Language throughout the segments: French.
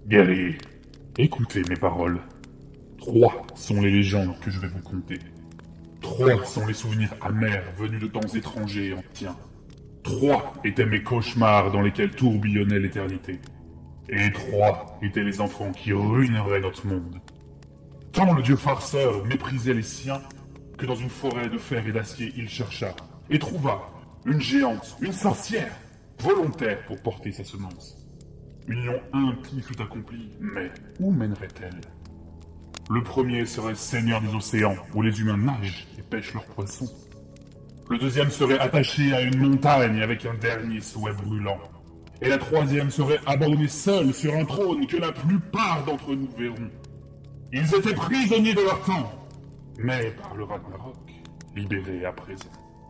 Guerriers, écoutez mes paroles. 3 sont les légendes que je vais vous conter. 3 sont les souvenirs amers venus de temps étrangers et anciens. 3 étaient mes cauchemars dans lesquels tourbillonnait l'éternité. Et 3 étaient les enfants qui ruineraient notre monde. Tant le dieu farceur méprisait les siens, que dans une forêt de fer et d'acier il chercha, et trouva une géante, une sorcière, volontaire pour porter sa semence. Union impie fut accomplie, mais où mènerait-elle? Le premier serait seigneur des océans, où les humains nagent et pêchent leurs poissons. Le deuxième serait attaché à une montagne avec un dernier souhait brûlant. Et la troisième serait abandonnée seule sur un trône que la plupart d'entre nous verront. Ils étaient prisonniers de leur temps, mais par le Ragnarok, libérés à présent.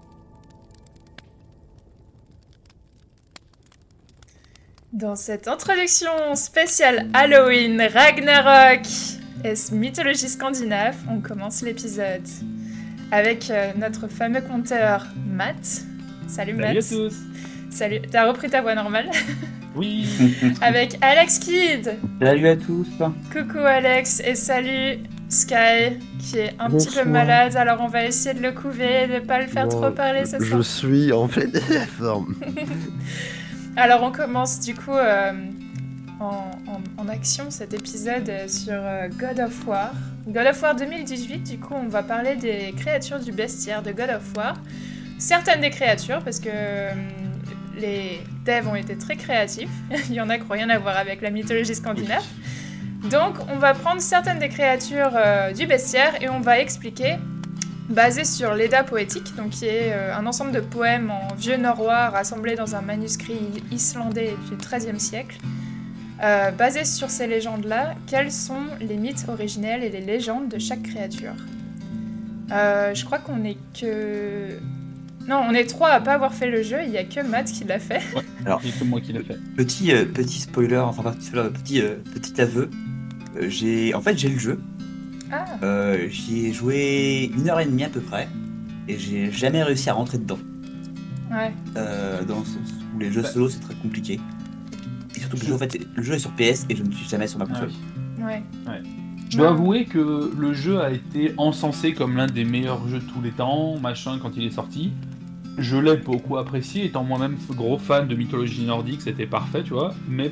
Dans cette introduction spéciale Halloween, Ragnarok et mythologie scandinave, on commence l'épisode avec notre fameux conteur Matt. Salut Matt. Salut à tous. Salut, t'as repris ta voix normale? Oui. Avec Alex Kidd. Salut à tous. Coucou Alex et salut Sky qui est un petit peu malade, alors on va essayer de le couver, de ne pas le faire trop parler ce soir. Je suis en pleine forme. Alors on commence du coup en action cet épisode sur God of War. God of War 2018, du coup on va parler des créatures du bestiaire de God of War. Certaines des créatures, parce que les devs ont été très créatifs. Il y en a qui n'ont rien à voir avec la mythologie scandinave. Donc on va prendre certaines des créatures du bestiaire et on va expliquer, basé sur l'Edda poétique, donc qui est un ensemble de poèmes en vieux norrois rassemblés dans un manuscrit islandais du XIIIe siècle. Basé sur ces légendes-là, quels sont les mythes originels et les légendes de chaque créature? Je crois qu'on est que... Non, on est 3 à pas avoir fait le jeu, il y a que Matt qui l'a fait. Ouais, alors, c'est moi qui l'ai fait. Petit spoiler, enfin petit aveu. J'ai le jeu. Ah. J'y ai joué 1h30 à peu près. Et j'ai jamais réussi à rentrer dedans. Ouais. Dans le sens où les jeux solo c'est très compliqué. Et surtout que le jeu est sur PS et je ne suis jamais sur ma console. Ouais. Je dois avouer que le jeu a été encensé comme l'un des meilleurs jeux de tous les temps, machin, quand il est sorti. Je l'ai beaucoup apprécié, étant moi-même gros fan de mythologie nordique, c'était parfait, tu vois, mais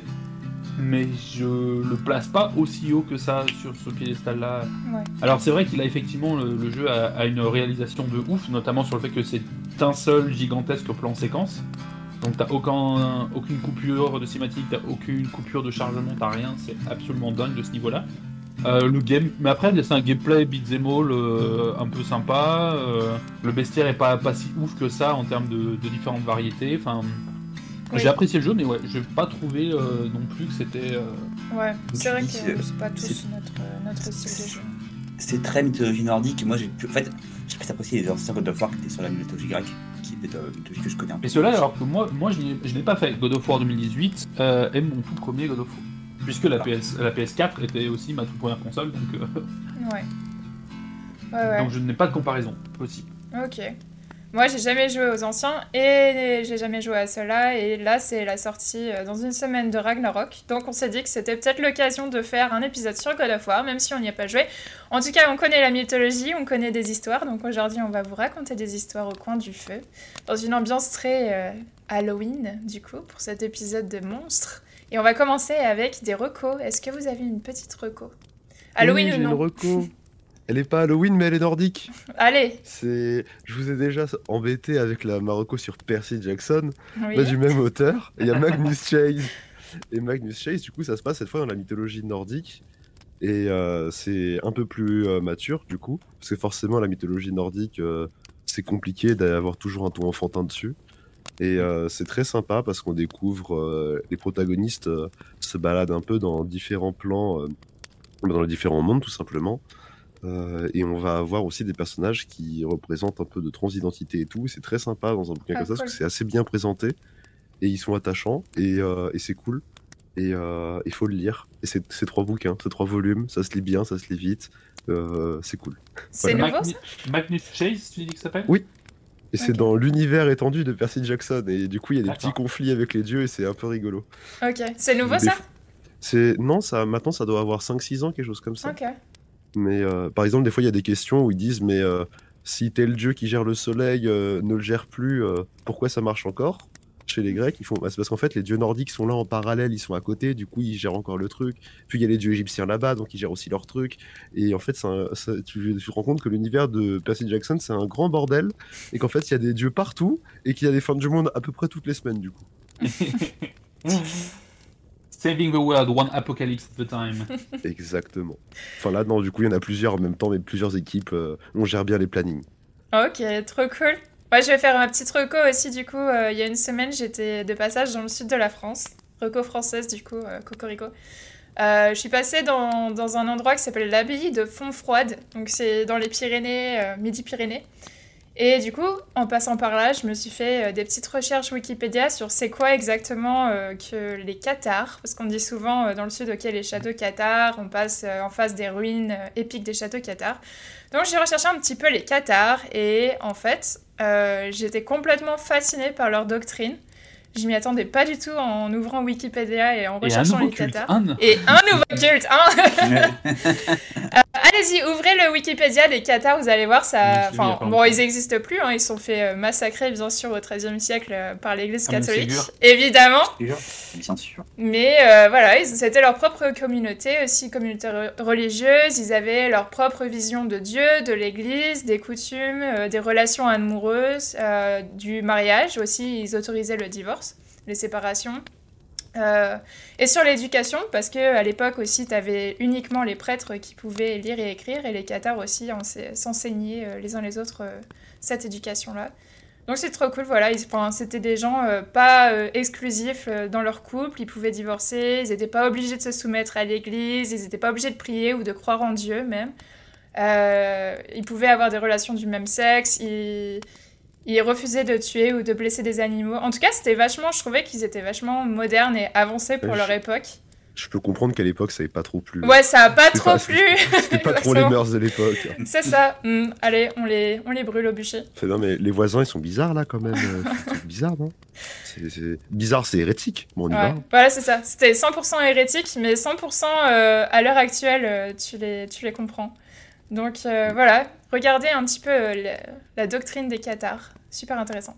je le place pas aussi haut que ça sur ce piédestal-là. Ouais. Alors c'est vrai qu'il a effectivement, le jeu a une réalisation de ouf, notamment sur le fait que c'est un seul gigantesque plan séquence. Donc t'as aucune coupure de cinématique, t'as aucune coupure de chargement, t'as rien, c'est absolument dingue de ce niveau-là. Mais après c'est un gameplay beat'em all un peu sympa. Le bestiaire est pas si ouf que ça en termes de différentes variétés. Enfin, oui. J'ai apprécié le jeu, mais ouais, j'ai pas trouvé non plus que c'était. Ouais, c'est vrai que c'est pas tous notre style de jeu. C'est très mythologie nordique. Moi j'ai plus apprécié les anciens God of War qui étaient sur la mythologie grecque, qui est une mythologie que je connais un peu. Et ceux-là, alors que moi je n'ai pas fait. God of War 2018 est mon tout premier God of War. Puisque la PS4 était aussi ma toute première console, donc... Ouais. Donc je n'ai pas de comparaison possible. Ok. Moi, j'ai jamais joué aux anciens et j'ai jamais joué à ceux-là. Et là, c'est la sortie dans une semaine de Ragnarok. Donc on s'est dit que c'était peut-être l'occasion de faire un épisode sur God of War, même si on n'y a pas joué. En tout cas, on connaît la mythologie, on connaît des histoires. Donc aujourd'hui, on va vous raconter des histoires au coin du feu. Dans une ambiance très Halloween, du coup, pour cet épisode de monstres. Et on va commencer avec des recos. Est-ce que vous avez une petite reco? Halloween oui, ou non? Une reco. Elle est pas Halloween, mais elle est nordique. Allez. Je vous ai déjà embêté avec ma reco sur Percy Jackson, Oui. du même auteur. Il y a Magnus Chase. Et Magnus Chase, du coup, ça se passe cette fois dans la mythologie nordique. Et c'est un peu plus mature, du coup. Parce que forcément, la mythologie nordique, c'est compliqué d'avoir toujours un ton enfantin dessus. Et c'est très sympa parce qu'on découvre les protagonistes se baladent un peu dans différents plans, dans les différents mondes tout simplement. Et on va avoir aussi des personnages qui représentent un peu de transidentité et tout. C'est très sympa dans un bouquin comme ça parce que c'est assez bien présenté et ils sont attachants et c'est cool. Et il faut le lire. Et c'est 3 bouquins, c'est 3 volumes, ça se lit bien, ça se lit vite. C'est cool. C'est nouveau ça? Magnus Chase, tu dis que ça s'appelle? Oui. Et c'est dans l'univers étendu de Percy Jackson. Et du coup, il y a des petits conflits avec les dieux et c'est un peu rigolo. Ok. C'est nouveau ça? Non, maintenant ça doit avoir 5-6 ans, quelque chose comme ça. Ok. Mais par exemple, des fois il y a des questions où ils disent mais si tel dieu qui gère le soleil ne le gère plus, pourquoi ça marche encore? Chez les Grecs, c'est parce qu'en fait les dieux nordiques sont là en parallèle, ils sont à côté, du coup ils gèrent encore le truc. Puis il y a les dieux égyptiens là-bas, donc ils gèrent aussi leur truc. Et en fait, tu te rends compte que l'univers de Percy Jackson c'est un grand bordel et qu'en fait il y a des dieux partout et qu'il y a des fins du monde à peu près toutes les semaines du coup. Saving the world, one apocalypse at a time. Exactement. Enfin là, non, du coup il y en a plusieurs en même temps, mais plusieurs équipes, on gère bien les plannings. Ok, trop cool. Moi, je vais faire un petit reco aussi, du coup. Il y a une semaine, j'étais de passage dans le sud de la France. Reco française, du coup, Cocorico. Je suis passée dans un endroit qui s'appelle l'abbaye de Fontfroide. Donc, c'est dans les Pyrénées, Midi-Pyrénées. Et du coup, en passant par là, je me suis fait des petites recherches Wikipédia sur c'est quoi exactement que les cathares. Parce qu'on dit souvent dans le sud, ok, les châteaux cathares, on passe en face des ruines épiques des châteaux cathares. Donc j'ai recherché un petit peu les cathares et en fait, j'étais complètement fascinée par leur doctrine. Je m'y attendais pas du tout en ouvrant Wikipédia et en recherchant les cathares. Et un nouveau culte, allez-y, ouvrez le Wikipédia des cathares, vous allez voir ça. Enfin, bon, ils n'existent plus, hein, ils sont fait massacrer bien sûr au XIIIe siècle par l'Église catholique, évidemment. Bien sûr. Mais voilà, c'était leur propre communauté, aussi communauté religieuse. Ils avaient leur propre vision de Dieu, de l'Église, des coutumes, des relations amoureuses, du mariage aussi. Ils autorisaient le divorce, les séparations. Et sur l'éducation, parce qu'à l'époque aussi, tu avais uniquement les prêtres qui pouvaient lire et écrire, et les cathares aussi s'enseignaient les uns les autres cette éducation-là. Donc c'est trop cool, voilà, c'était des gens pas exclusifs dans leur couple, ils pouvaient divorcer, ils n'étaient pas obligés de se soumettre à l'église, ils n'étaient pas obligés de prier ou de croire en Dieu même. Ils pouvaient avoir des relations du même sexe, ils refusaient de tuer ou de blesser des animaux. En tout cas, je trouvais qu'ils étaient vachement modernes et avancés pour leur époque. Je peux comprendre qu'à l'époque, ça n'avait pas trop plu. Ouais, ça a pas trop plu. C'était pas trop les mœurs de l'époque. C'est ça. Allez, on les brûle au bûcher. Non, mais les voisins, ils sont bizarres, là, quand même. C'est bizarre, non Bizarre, c'est hérétique. Bon, on y va. Voilà, c'est ça. C'était 100% hérétique, mais 100% à l'heure actuelle, tu les comprends. Donc, voilà. Regardez un petit peu la doctrine des cathares. Super intéressant.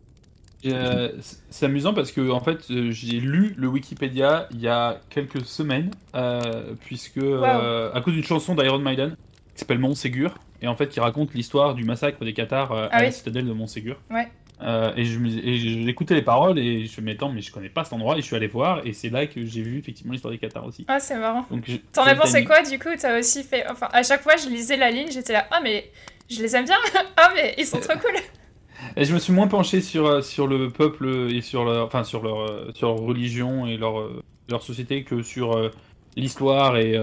C'est amusant parce que en fait j'ai lu le Wikipédia il y a quelques semaines puisque à cause d'une chanson d'Iron Maiden qui s'appelle Montségur et en fait qui raconte l'histoire du massacre des cathares à la citadelle de Montségur. Ouais. Et j'écoutais les paroles et je me dis mais je connais pas cet endroit et je suis allé voir et c'est là que j'ai vu effectivement l'histoire des cathares aussi. Ah, c'est marrant. Donc, t'en as pensé quoi du coup? T'as aussi fait, enfin à chaque fois je lisais la ligne, j'étais là mais je les aime bien. Mais ils sont trop cool. Et je me suis moins penché sur le peuple et sur leur religion et leur société que sur l'histoire et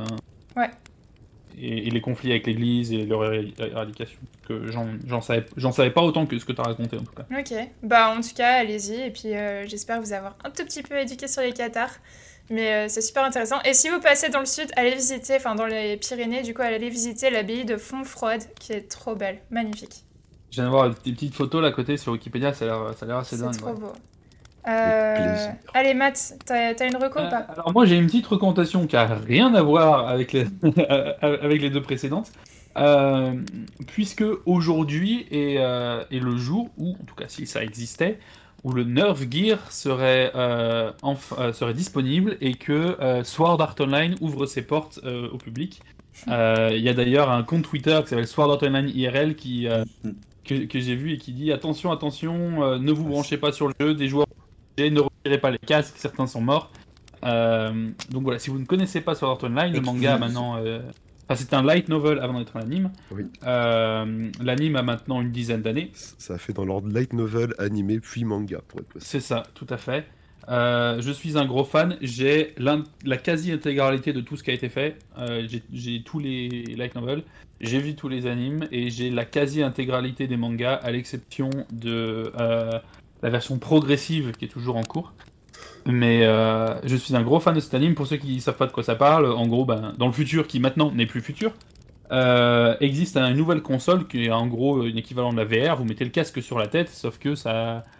les conflits avec l'église et leur éradication. Que j'en savais pas autant que ce que tu as raconté en tout cas. Ok, en tout cas allez-y et puis j'espère vous avoir un tout petit peu éduqué sur les cathares. Mais c'est super intéressant. Et si vous passez dans le sud, allez visiter, dans les Pyrénées, du coup allez visiter l'abbaye de Fontfroide qui est trop belle, magnifique. Je viens de voir des petites photos là à côté sur Wikipédia, ça a l'air assez dingue. C'est trop beau. Allez Matt, t'as une reco ou pas? Alors moi j'ai une petite recommandation qui a rien à voir avec avec les deux précédentes. Puisque aujourd'hui est le jour où, en tout cas si ça existait, où le Nerf Gear serait disponible et que Sword Art Online ouvre ses portes au public. Il y a d'ailleurs un compte Twitter qui s'appelle Sword Art Online IRL que j'ai vu et qui dit attention, ne vous branchez pas sur le jeu, des joueurs ne retirez pas les casques, certains sont morts. Donc voilà, si vous ne connaissez pas Sword Art Online, le manga a maintenant... c'est un light novel avant d'être un anime. Oui. L'anime a maintenant une dizaine d'années. Ça a fait dans l'ordre light novel, animé, puis manga, pour être possible. C'est ça, tout à fait. Je suis un gros fan, j'ai la quasi-intégralité de tout ce qui a été fait. J'ai tous les light novels, j'ai vu tous les animes et j'ai la quasi-intégralité des mangas à l'exception de la version progressive qui est toujours en cours. Mais je suis un gros fan de cet anime. Pour ceux qui ne savent pas de quoi ça parle, en gros, dans le futur, qui maintenant n'est plus futur, existe une nouvelle console qui est en gros une équivalent de la VR. Vous mettez le casque sur la tête, sauf que ça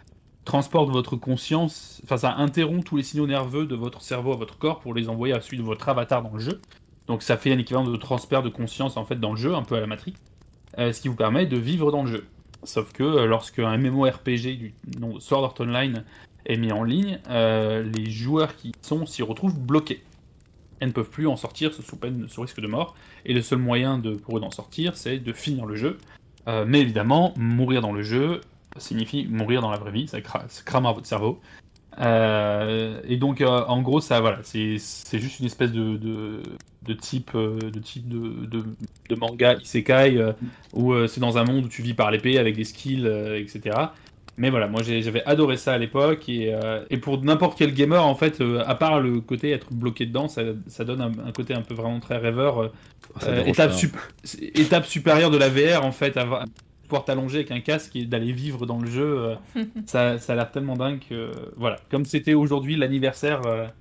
transporte votre conscience, enfin ça interrompt tous les signaux nerveux de votre cerveau à votre corps pour les envoyer à celui de votre avatar dans le jeu. Donc ça fait un équivalent de transfert de conscience en fait dans le jeu, un peu à la Matrix, ce qui vous permet de vivre dans le jeu. Sauf que lorsque un MMORPG du nom Sword Art Online est mis en ligne, les joueurs qui s'y retrouvent bloqués. Elles ne peuvent plus en sortir sous risque de mort, et le seul moyen pour eux d'en sortir, c'est de finir le jeu. Mais évidemment, mourir dans le jeu signifie mourir dans la vraie vie, ça crame votre cerveau. Et donc, en gros, ça, voilà, c'est juste une espèce de type de manga isekai où c'est dans un monde où tu vis par l'épée avec des skills, etc. Mais voilà, moi j'avais adoré ça à l'époque et pour n'importe quel gamer en fait, à part le côté être bloqué dedans, ça donne un côté un peu vraiment très rêveur, étape supérieure de la VR en fait, à pouvoir t'allonger avec un casque et d'aller vivre dans le jeu, ça a l'air tellement dingue que voilà, comme c'était aujourd'hui l'anniversaire,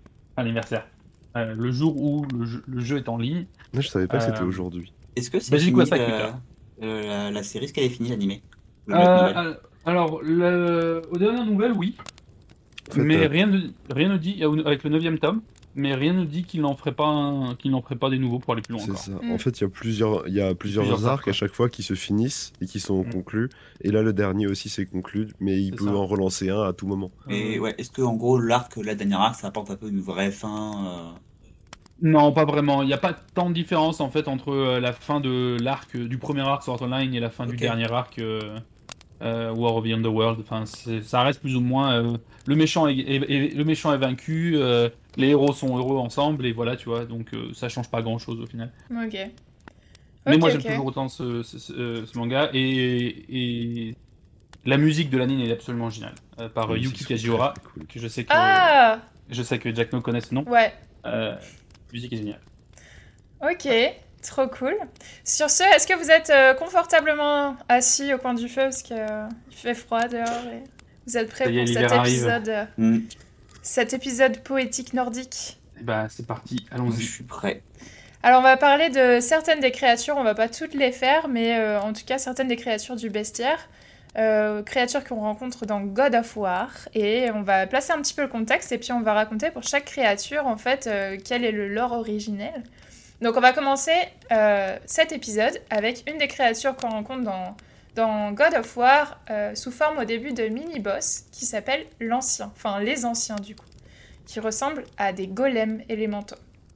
le jour où le jeu est en ligne. Non, je savais pas que c'était aujourd'hui. Est-ce que c'est fini la série, est-ce qu'elle est finie l'animé? Alors, aux dernières nouvelles, oui. En fait, mais rien ne dit, avec le 9e tome, mais rien ne dit qu'il n'en ferait pas des nouveaux pour aller plus loin. C'est ça. En fait, il y a plusieurs arcs à chaque fois qui se finissent et qui sont conclus. Et là, le dernier aussi s'est conclu, mais il peut en relancer un à tout moment. Et ouais, est-ce que en gros, la dernière arc, ça apporte un peu une vraie fin Non, pas vraiment. Il n'y a pas tant de différence en fait entre la fin de l'arc du premier arc Sword Art Online et la fin du dernier arc. War of the Underworld, enfin, ça reste plus ou moins le méchant est vaincu, les héros sont heureux ensemble et voilà, tu vois, donc ça change pas grand chose au final. Ok. Mais moi j'aime toujours autant ce manga et la musique de l'anime est absolument géniale par Yuki Kajiura, cool. Que je sais que Jack No connaît ce nom. Ouais. La musique est géniale. Ok. Trop cool. Sur ce, est-ce que vous êtes confortablement assis au coin du feu parce qu'il fait froid dehors et vous êtes prêts pour cet épisode poétique nordique? Bah c'est parti, allons-y. Je suis prêt. Alors on va parler de certaines des créatures, on va pas toutes les faire, mais en tout cas certaines des créatures du bestiaire, créatures qu'on rencontre dans God of War, et on va placer un petit peu le contexte et puis on va raconter pour chaque créature en fait quel est le lore originel. Donc on va commencer cet épisode avec une des créatures qu'on rencontre dans God of War sous forme au début de mini-boss qui s'appelle l'Ancien, enfin les Anciens du coup, qui ressemblent à des golems élémentaux.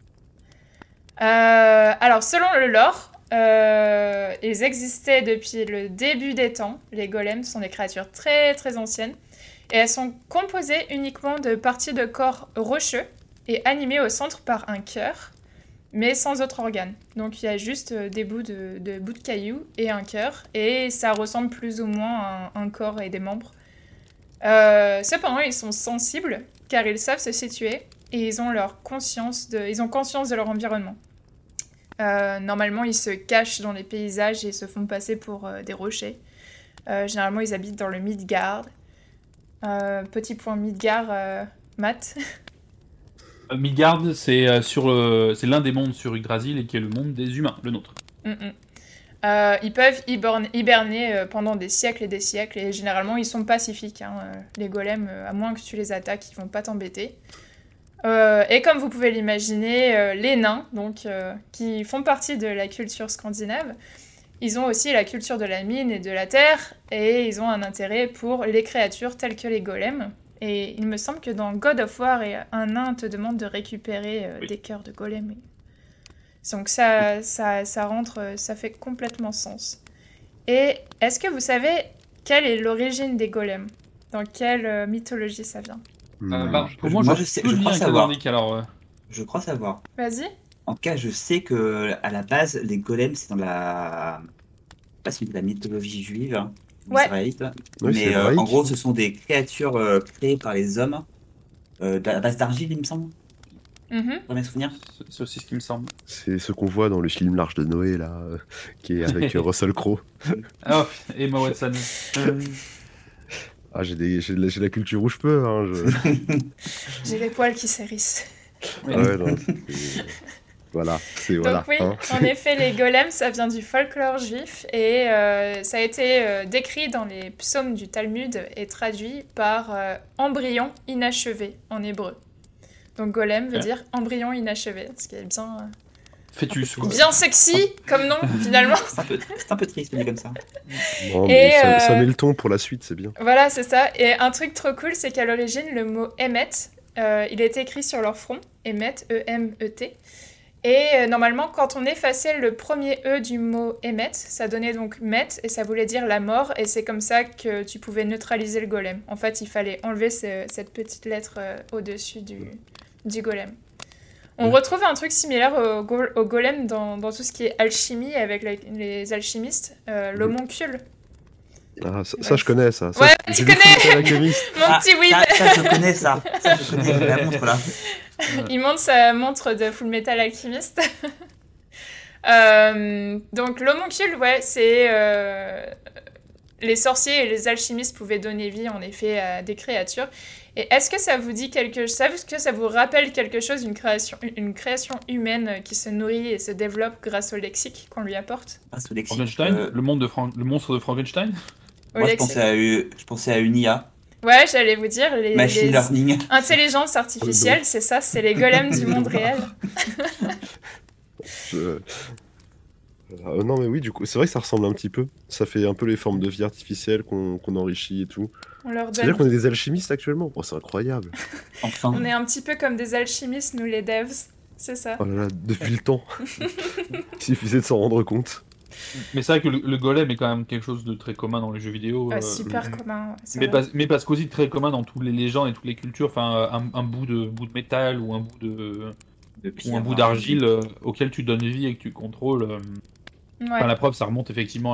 Alors selon le lore, ils existaient depuis le début des temps. Les golems sont des créatures très très anciennes et elles sont composées uniquement de parties de corps rocheux et animées au centre par un cœur, mais sans autre organe. Donc il y a juste des bouts de cailloux et un cœur, et ça ressemble plus ou moins à un corps et des membres. Cependant, ils sont sensibles, car ils savent se situer, et ils ont conscience de leur environnement. Normalement, ils se cachent dans les paysages et se font passer pour des rochers. Généralement, ils habitent dans le Midgard. Petit point Midgard, Matt. Midgard, c'est l'un des mondes sur Yggdrasil et qui est le monde des humains, le nôtre. Ils peuvent hiberner pendant des siècles et des siècles, et généralement ils sont pacifiques. Les golems, à moins que tu les attaques, ils vont pas t'embêter. Et comme vous pouvez l'imaginer, les nains, donc, qui font partie de la culture scandinave, ils ont aussi la culture de la mine et de la terre, et ils ont un intérêt pour les créatures telles que les golems. Et il me semble que dans God of War, un nain te demande de récupérer des cœurs de golem. Donc ça rentre, ça fait complètement sens. Et est-ce que vous savez quelle est l'origine des golems? Dans quelle mythologie ça vient? Pour moi, je crois savoir. Je crois savoir. Vas-y. En tout cas, je sais que à la base, les golems, c'est dans la mythologie juive. Israélite. Oui, mais en gros, ce sont des créatures créées par les hommes à base d'argile, il me semble. Dans mes souvenirs. C'est aussi ce qui me semble. C'est ce qu'on voit dans le film L'Arche de Noé, là, qui est avec Russell Crowe. Oh, et Emma Watson. J'ai la culture où je peux. Hein, J'ai les poils qui s'hérissent. Ouais, non, Voilà, c'est Donc voilà. oui, hein. en effet, les golems, ça vient du folklore juif et ça a été décrit dans les psaumes du Talmud et traduit par embryon inachevé en hébreu. Donc golem veut Ok. dire embryon inachevé, ce qui est Fœtus, quoi. bien sexy comme nom finalement. C'est un peu triste dit comme ça. Non, Et, mais ça met le ton pour la suite, c'est bien. Voilà, c'est ça. Et un truc trop cool, c'est qu'à l'origine, le mot Emet, il était écrit sur leur front, Emet, E-M-E-T. Et normalement, quand on effaçait le premier E du mot Emet, ça donnait donc Met, et ça voulait dire la mort, et c'est comme ça que tu pouvais neutraliser le golem. En fait, il fallait enlever cette petite lettre au-dessus du golem. On retrouve un truc similaire au golem dans tout ce qui est alchimie, avec les alchimistes, l'homoncule. Ah, ça je connais ça. Ouais, j'ai tu vu connais. Fullmetal Alchemist. Mon petit Weeb. Ça, je connais ça. Ça, je connais la montre là. Il montre sa montre de Full Metal Alchemist. Donc l'homoncule, ouais, c'est... les sorciers et les alchimistes pouvaient donner vie, en effet, à des créatures. Et est-ce que ça vous dit quelque chose? Est-ce que ça vous rappelle quelque chose, une création humaine qui se nourrit et se développe grâce au lexique qu'on lui apporte? Grâce au lexique. Frankenstein, le monstre de Frankenstein. Au Moi, lexique. je pensais à une IA. Ouais, j'allais vous dire, Machine les learning. intelligences artificielles, c'est ça, c'est les golems du monde réel. Non mais oui, du coup, c'est vrai que ça ressemble un petit peu. Ça fait un peu les formes de vie artificielles qu'on enrichit et tout. On leur C'est-à-dire donne... qu'on est des alchimistes actuellement. Oh, c'est incroyable. Enfin. On est un petit peu comme des alchimistes, nous les devs, c'est ça. Oh là là, depuis le temps. Il suffisait de s'en rendre compte. Mais c'est vrai que le golem est quand même quelque chose de très commun dans les jeux vidéo. Super commun, ouais, c'est Mais, vrai. mais parce qu'aussi très commun dans toutes les légendes et toutes les cultures. Enfin, un bout de métal ou un bout d'argile auquel tu donnes vie et que tu contrôles. Ouais. Enfin, la preuve, ça remonte effectivement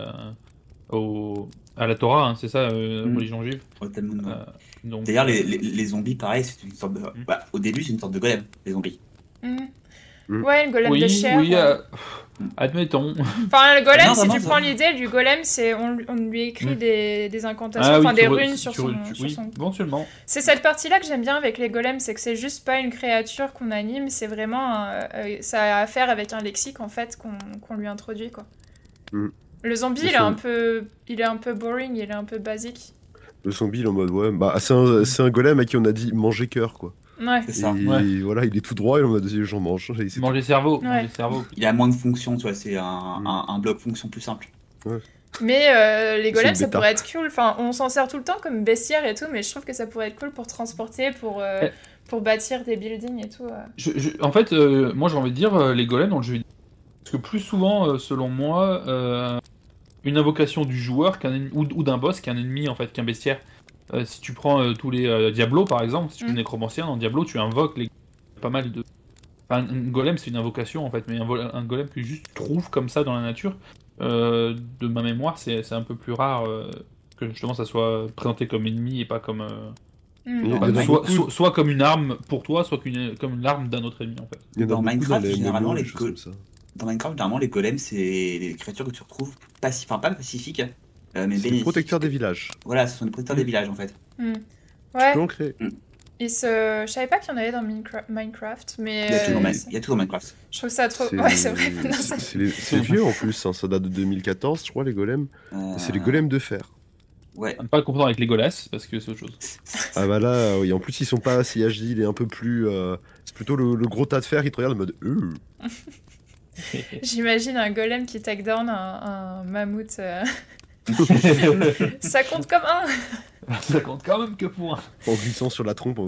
à la Torah, hein, c'est ça, religion juive. Oh, tellement. Donc, D'ailleurs, les zombies, pareil, c'est une sorte de. Au début, c'est une sorte de golem, les zombies. Ouais, le golem de chair. oui, admettons. Enfin, le golem, Non, si vraiment, tu ça. prends l'idée du golem, c'est on lui écrit des incantations, Ah oui, enfin des tu runes sur son... oui, éventuellement. C'est cette partie-là que j'aime bien avec les golems, c'est que c'est juste pas une créature qu'on anime, c'est vraiment... ça a à faire avec un lexique, en fait, qu'on lui introduit, quoi. Mm. Le zombie, Mais il est un peu boring, il est un peu basique. Le zombie, il est en mode ouais, bah c'est un golem à qui on a dit manger cœur quoi. Ouais. C'est ça. Et Ouais. voilà, il est tout droit et on a dit j'en mange. Et c'est Manger cerveau. Ouais. Manger cerveau. Il a moins de fonctions, tu vois, c'est un bloc fonction plus simple. Mais les golems, C'est ça le bêta. pourrait être cool. Enfin, on s'en sert tout le temps comme bestiaire et tout, mais je trouve que ça pourrait être cool pour transporter, pour bâtir des buildings et tout. En fait, moi j'ai envie de dire les golems dans le jeu vidéo. Parce que plus souvent, selon moi, une invocation du joueur ou d'un boss qu'un ennemi en fait, qu'un bestiaire. Si tu prends tous les Diablo par exemple, si tu es nécromancien dans Diablo, tu invoques pas mal de. Enfin, un golem c'est une invocation en fait, mais un golem que juste tu trouves comme ça dans la nature, de ma mémoire, c'est un peu plus rare que justement ça soit présenté comme ennemi et pas comme. Il y en Enfin, a soit comme une arme pour toi, soit comme une arme d'un autre ennemi en fait. Il y en a Dans beaucoup Minecraft, les généralement, MMO, les des choses comme ça. Dans Minecraft, généralement, les golems, c'est des créatures que tu retrouves pas pacifiques, mais C'est les bénéfiques. protecteurs des villages. Voilà, ce sont les protecteurs des villages en fait. Tu Ouais, peux en créer. je savais pas qu'il y en avait dans Minecraft, mais Il y a tout dans Minecraft. je trouve ça trop... Ouais, c'est vrai. Non, ça- C'est vieux en plus, hein, ça date de 2014, je crois, les golems. C'est les golems de fer. Ouais. À ne pas confondre avec les Golas, parce que c'est autre chose. Ah bah là, oui, en plus ils sont pas si agiles et un peu plus... c'est plutôt le gros tas de fer qui te regarde en mode... J'imagine un golem qui take down un mammouth. Ça compte comme un. Ça compte quand même que pour un. En glissant sur la trompe.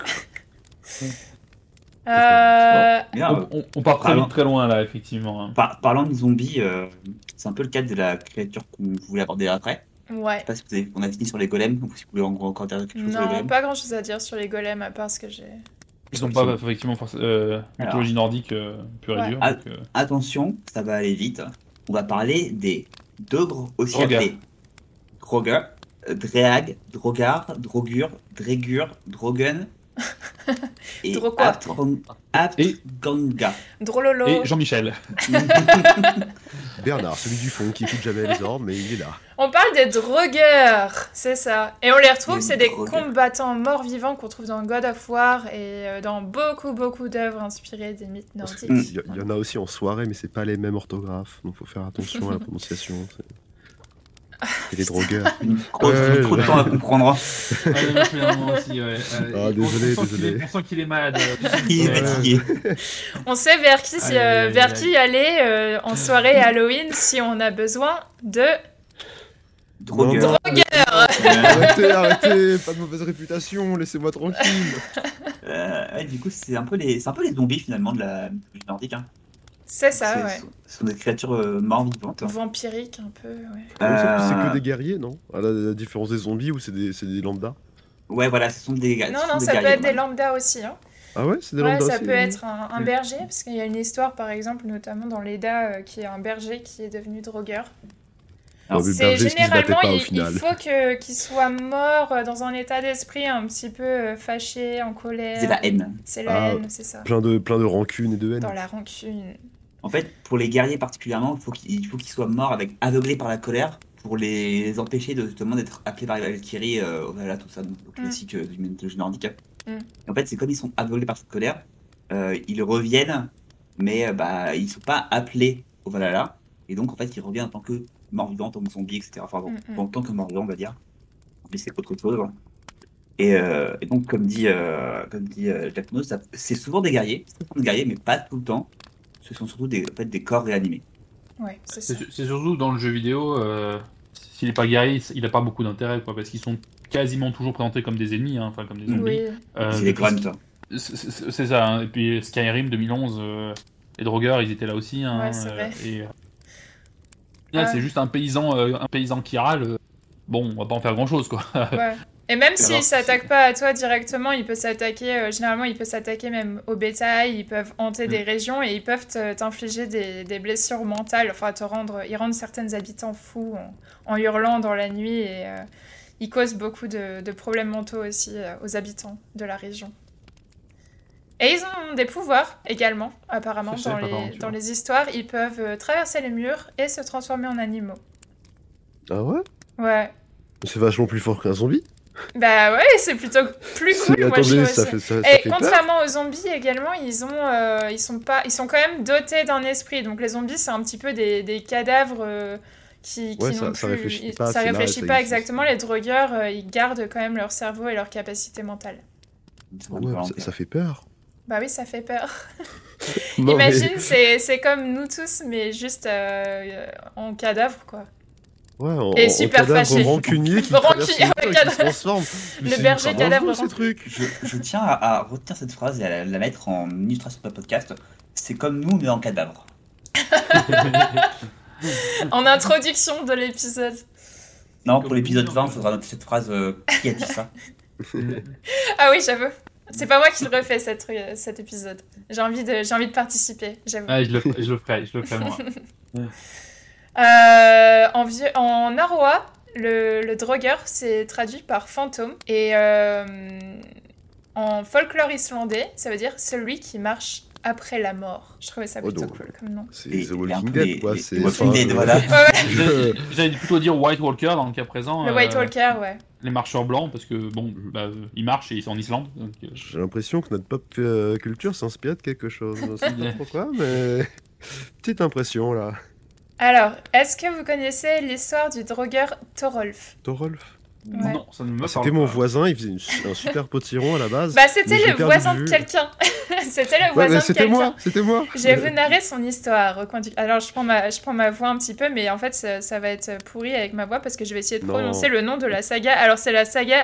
Bien, On part très Pardon. vite, très loin là, effectivement. hein. parlant de zombies, c'est un peu le cas de la créature qu'on voulait aborder après. Ouais. Je sais pas si on a fini sur les golems, donc si vous voulez encore dire quelque chose sur les Non, golems. pas grand chose à dire sur les golems à part ce que j'ai. Ils sont pas effectivement mythologie nordique pure et Ouais. dure. Ah. donc, Attention, ça va aller vite. On va parler des Dogres aussi Drogar. appelés Droger, Dreag, Drogar, Drogur, Drégur, Drogen et Droquat. Et- Aptganga. Drololo. Et Jean-Michel. Bernard, celui du fond qui écoute jamais les ordres, mais il est là. On parle des drogueurs, c'est ça. Et on les retrouve, Les c'est des drogueurs. combattants morts-vivants qu'on trouve dans God of War et dans beaucoup d'œuvres inspirées des mythes nordiques. Il y en a aussi en soirée, mais c'est pas les mêmes orthographes, donc faut faire attention à la prononciation. C'est des drogueurs. Trop de temps à comprendre. Ouais, je me souviens, moi aussi, ouais. Ah, désolé. On sent qu'il est malade. Il est fatigué. On sait vers qui, Aïe. y aller en soirée Halloween si on a besoin de Drogueur. drogueurs. Arrêtez, pas de mauvaise réputation, laissez-moi tranquille. Du coup, c'est un peu les zombies finalement de la mythologie nordique. Hein. C'est ça, ouais. Ce sont des créatures mort-vivantes. Vampirique un peu, ouais. C'est que des guerriers, non? À la différence des zombies ou c'est des lambdas? Ouais, voilà, ce sont des Non, ce sont des ça peut guerriers, être des lambdas aussi. Hein. Ah ouais, c'est des Ouais, lambdas ça aussi, peut ouais. être un berger, parce qu'il y a une histoire, par exemple, notamment dans l'Eda, qui est un berger qui est devenu drogueur. Alors, Ouais, mais le C'est berger, est-ce qu'il se battait généralement, pas, au il final faut qu'il soit mort dans un état d'esprit un petit peu fâché, en colère. C'est la haine. C'est la Ah, haine, c'est ça. Plein de rancune et de haine. Dans la rancune. En fait, pour les guerriers particulièrement, il faut qu'ils soient morts aveuglés par la colère pour les empêcher justement d'être appelés par les Valkyries, voilà, tout ça, donc, le classique du mythologie nordique. Mm. Et en fait, c'est comme ils sont aveuglés par cette colère, ils reviennent, mais ils sont pas appelés au Valhalla, et donc en fait, ils reviennent en tant que morts-vivants, en tant que zombies, etc. Enfin, bon, en tant que morts-vivants, on va dire. Mais c'est autre chose. Hein. Et donc, comme dit Jack No, c'est souvent des guerriers, mais pas tout le temps. Ce sont surtout des corps réanimés. Ouais, c'est ça. C'est surtout dans le jeu vidéo, s'il n'est pas guerrier, il n'a pas beaucoup d'intérêt, quoi, parce qu'ils sont quasiment toujours présentés comme des ennemis, hein, enfin comme des zombies. Oui. C'est des grunts. C'est ça, hein. Et puis Skyrim 2011, les drogueurs, ils étaient là aussi. Hein, Ouais, c'est vrai. Là, c'est juste un paysan qui râle. Bon, on va pas en faire grand-chose, quoi. Ouais. Et même s'il Alors, s'attaque pas à toi directement, il peut s'attaquer, généralement il peut s'attaquer même au bétail, ils peuvent hanter des régions et ils peuvent t'infliger des blessures mentales, enfin ils rendent certains habitants fous en hurlant dans la nuit et ils causent beaucoup de problèmes mentaux aussi aux habitants de la région. Et ils ont des pouvoirs également, apparemment, Ça, je savais pas, par contre, dans les histoires, ils peuvent traverser les murs et se transformer en animaux. Ah ouais? Ouais. C'est vachement plus fort qu'un zombie. Bah ouais, c'est plutôt plus cool, moi je Attendez, trouve ça aussi. fait Et peur. contrairement aux zombies également, ils sont quand même dotés d'un esprit. Donc les zombies, c'est un petit peu des cadavres qui Ouais, n'ont ça plus... réfléchit pas, ça c'est là, réfléchit ça pas existe. exactement. Les drogueurs, ils gardent quand même leur cerveau et leur capacité mentale. Ouais, ça fait peur. Bah oui, ça fait peur. Non, mais- Imagine, c'est comme nous tous, mais juste en cadavre, quoi. Ouais, Et super cadavre fâché. rancunier qui Rancunier, traverse les murs et qui cadavre. se transforme. Mais Le c'est berger ultra cadavre dangereux, ces rancunier. trucs. Je tiens à retenir cette phrase et à la mettre en illustration de notre podcast. C'est comme nous, mais en cadavre. En introduction de l'épisode. Non, Comme pour l'épisode nous, 20, il faudra noter cette phrase. Qui a dit ça? Ah oui, j'avoue. C'est pas moi qui le refais cet épisode. J'ai envie de participer, j'avoue. Ouais, je le ferai moi. En narwa, le drogueur c'est traduit par fantôme et en folklore islandais, ça veut dire celui qui marche après la mort. Je trouvais ça plutôt donc, cool comme nom. C'est Et The un Walking peu Dead, quoi. les C'est Walking Dead, voilà. Ouais, ouais. J'allais plutôt dire White Walker dans le cas présent. Le White Walker, ouais. Les marcheurs blancs, parce que bon, ils marchent et ils sont en Islande. Donc, J'ai l'impression que notre pop culture s'inspire de quelque chose. Je sais pas pourquoi, mais petite impression là. Alors, est-ce que vous connaissez l'histoire du drogueur Thorolf? Thorolf. Ouais. Non, ça ne me parle C'était mon pas. voisin, il faisait un super potiron à la base. Bah, mais c'était je l'ai le perdu voisin de de vue. quelqu'un. C'était le Ouais, voisin mais de c'était quelqu'un. c'était moi. Je vais vous narrer son histoire. Alors, je prends ma voix un petit peu, mais en fait, ça va être pourri avec ma voix parce que je vais essayer de Non. prononcer le nom de la saga. Alors, c'est la saga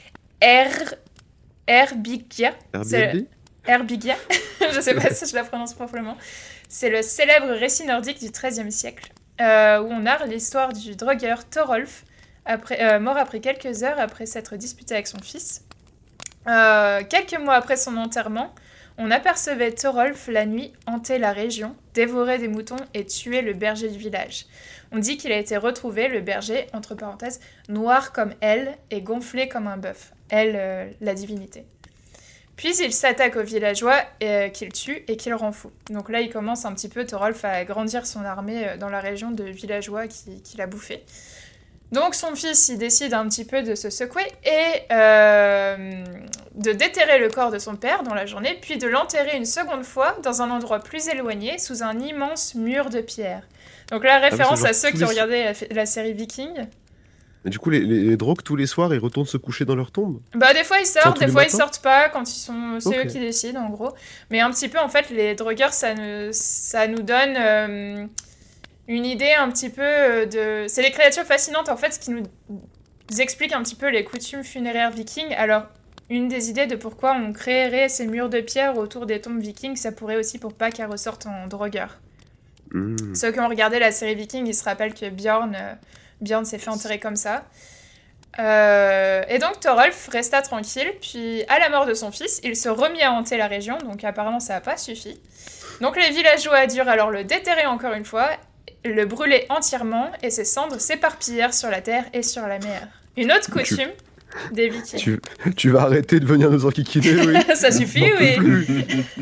Erbigia. Airbnb. Erbigia. Je sais pas si je la prononce proprement. C'est le célèbre récit nordique du XIIIe siècle, où on narre l'histoire du drogueur Thorolf, mort après quelques heures après s'être disputé avec son fils. Quelques mois après son enterrement, on apercevait Thorolf la nuit hanter la région, dévorer des moutons et tuer le berger du village. On dit qu'il a été retrouvé, le berger, entre parenthèses, noir comme elle et gonflé comme un bœuf. Elle, la divinité. Puis il s'attaque aux villageois qu'il tue et qu'il rend fou. Donc là, il commence un petit peu, Thorolf, à agrandir son armée dans la région de villageois qu'il a bouffé. Donc son fils, il décide un petit peu de se secouer et de déterrer le corps de son père dans la journée, puis de l'enterrer une seconde fois dans un endroit plus éloigné, sous un immense mur de pierre. Donc là, référence à ceux qui ont regardé la série Viking. Mais du coup, les drogues, tous les soirs, ils retournent se coucher dans leur tombe? Bah, des fois ils sortent, des fois ils matins sortent pas, quand ils sont... C'est Ok. eux qui décident, en gros. Mais un petit peu, en fait, les drogueurs, ça nous donne une idée un petit peu de... C'est les créatures fascinantes, en fait, ce qui nous explique un petit peu les coutumes funéraires vikings. Alors, une des idées de pourquoi on créerait ces murs de pierre autour des tombes vikings, ça pourrait aussi pour pas qu'elles ressortent en drogueurs. Ceux qui ont regardé la série Viking, ils se rappellent que Bjorn s'est fait enterrer comme ça. Et donc Thorolf resta tranquille, puis à la mort de son fils, il se remit à hanter la région, donc apparemment ça n'a pas suffi. Donc les villageois durent alors le déterrer encore une fois, le brûler entièrement, et ses cendres s'éparpillèrent sur la terre et sur la mer. Une autre coutume des Vikings. Tu vas arrêter de venir nous enquiquiner, oui. Ça suffit, J'en peux oui. plus.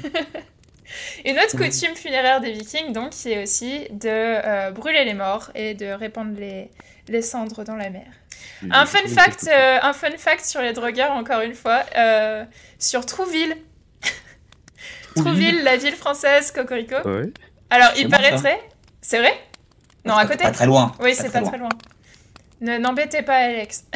Une autre coutume funéraire des Vikings, donc, c'est aussi de brûler les morts et de répandre les cendres dans la mer. Un fun fact sur les drogueurs, encore une fois, sur Trouville. Trouville, la ville française, Cocorico. Ouais. Alors, C'est il bon, paraîtrait... C'est vrai? Non, à côté. Pas très loin. Oui, c'est pas très loin. N'embêtez pas Alex.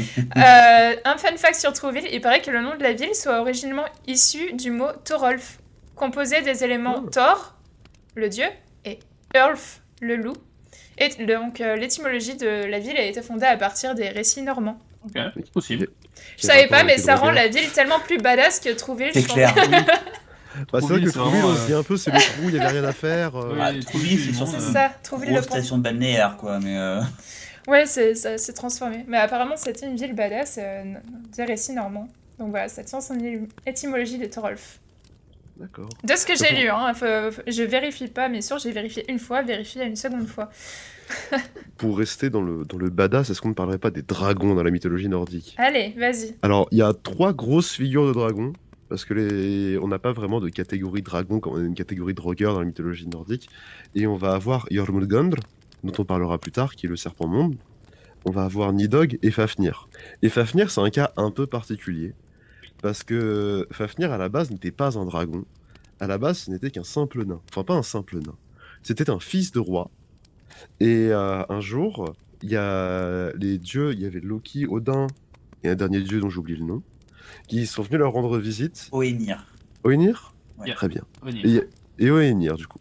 Un fun fact sur Trouville, il paraît que le nom de la ville soit originellement issu du mot Thorolf, composé des éléments Thor, le dieu, et Ulf, le loup. Et donc l'étymologie de la ville a été fondée à partir des récits normands. Ok, c'est possible. Je savais pas, mais ça rend la ville tellement plus badass que Trouville. C'est clair. Bah, c'est vrai que Trouville, c'est Trouville, vraiment, on se dit un peu, c'est le trou, il y avait rien à faire. Oui. Trouville, c'est surtout C'est Trouville, ça, Trouville le grosse pont. station de balnéaire, quoi. Mais Ouais, ça s'est transformé. Mais apparemment, c'était une ville badass des récits normands. Donc voilà, ça tient son étymologie de Thorolf. D'accord. De ce que j'ai lu, hein, je vérifie pas mes sources, j'ai vérifié une fois, vérifié une seconde fois. Pour rester dans le badass, est-ce qu'on ne parlerait pas des dragons dans la mythologie nordique? Allez, vas-y. Alors, il y a 3 grosses figures de dragons, parce que on n'a pas vraiment de catégorie dragon comme on a une catégorie drogueur dans la mythologie nordique. Et on va avoir Jormungandr, dont on parlera plus tard, qui est le serpent monde. On va avoir Nidhogg et Fafnir. Et Fafnir, c'est un cas un peu particulier, parce que Fafnir, à la base, n'était pas un dragon. À la base, ce n'était qu'un simple nain. Enfin, pas un simple nain. C'était un fils de roi. Et un jour, il y a les dieux, il y avait Loki, Odin, et un dernier dieu dont j'oublie le nom, qui sont venus leur rendre visite. Oenir. Oenir? Ouais. Très bien. Venir. Et Oenir, du coup.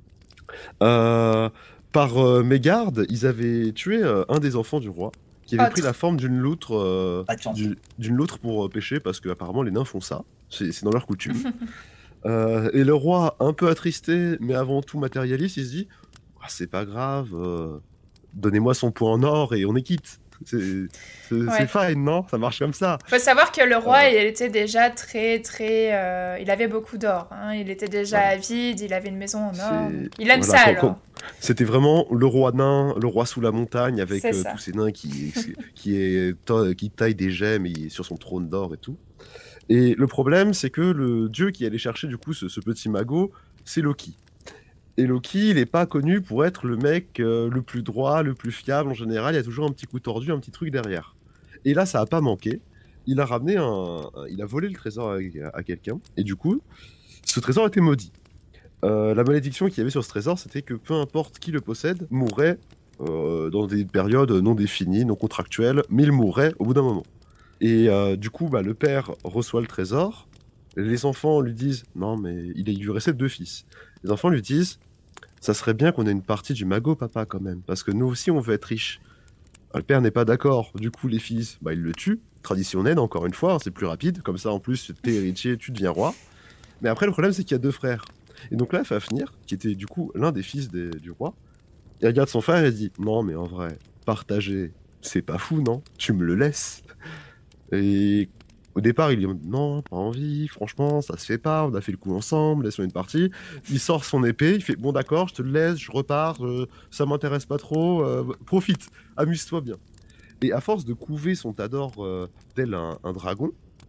Par mégarde, ils avaient tué un des enfants du roi, qui avait pris la forme d'une loutre, Pas de chance. d'une loutre pour pêcher, parce que apparemment les nains font ça, c'est dans leur coutume. Et le roi, un peu attristé, mais avant tout matérialiste, il se dit ah, c'est pas grave, donnez-moi son point en or et on est quitte. C'est fine, non? Ça marche comme ça. Faut savoir que le roi, il était déjà très... il avait beaucoup d'or. Hein. Il était déjà avide, il avait une maison en or. Il aime ça, alors. C'était vraiment le roi nain, le roi sous la montagne, avec tous ces nains qui taillent des gemmes et sur son trône d'or et tout. Et le problème, c'est que le dieu qui allait chercher du coup ce petit magot, c'est Loki. Et Loki, il n'est pas connu pour être le mec le plus droit, le plus fiable en général. Il y a toujours un petit coup tordu, un petit truc derrière. Et là, ça n'a pas manqué. Il a ramené il a volé le trésor à quelqu'un. Et du coup, ce trésor était maudit. La malédiction qu'il y avait sur ce trésor, c'était que peu importe qui le possède, mourrait dans des périodes non définies, non contractuelles, mais il mourrait au bout d'un moment. Et du coup, le père reçoit le trésor. Les enfants lui disent non, mais il lui restait 2 fils. Les enfants lui disent ça serait bien qu'on ait une partie du magot, papa, quand même, parce que nous aussi on veut être riches. Le père n'est pas d'accord. Du coup, les fils, ils le tuent. Traditionnel, encore une fois, c'est plus rapide. Comme ça, en plus, t'es héritier, tu deviens roi. Mais après, le problème, c'est qu'il y a 2 frères. Et donc là, Fafnir, qui était du coup l'un des fils du roi, il regarde son frère et dit non, mais en vrai, partager, c'est pas fou, non? Tu me le laisses. Et au départ, il dit non, pas envie, franchement, ça se fait pas, on a fait le coup ensemble, laisse-moi une partie. Il sort son épée, il fait bon, d'accord, je te le laisse, je repars, ça m'intéresse pas trop, profite, amuse-toi bien. Et à force de couver son tas d'or tel un dragon,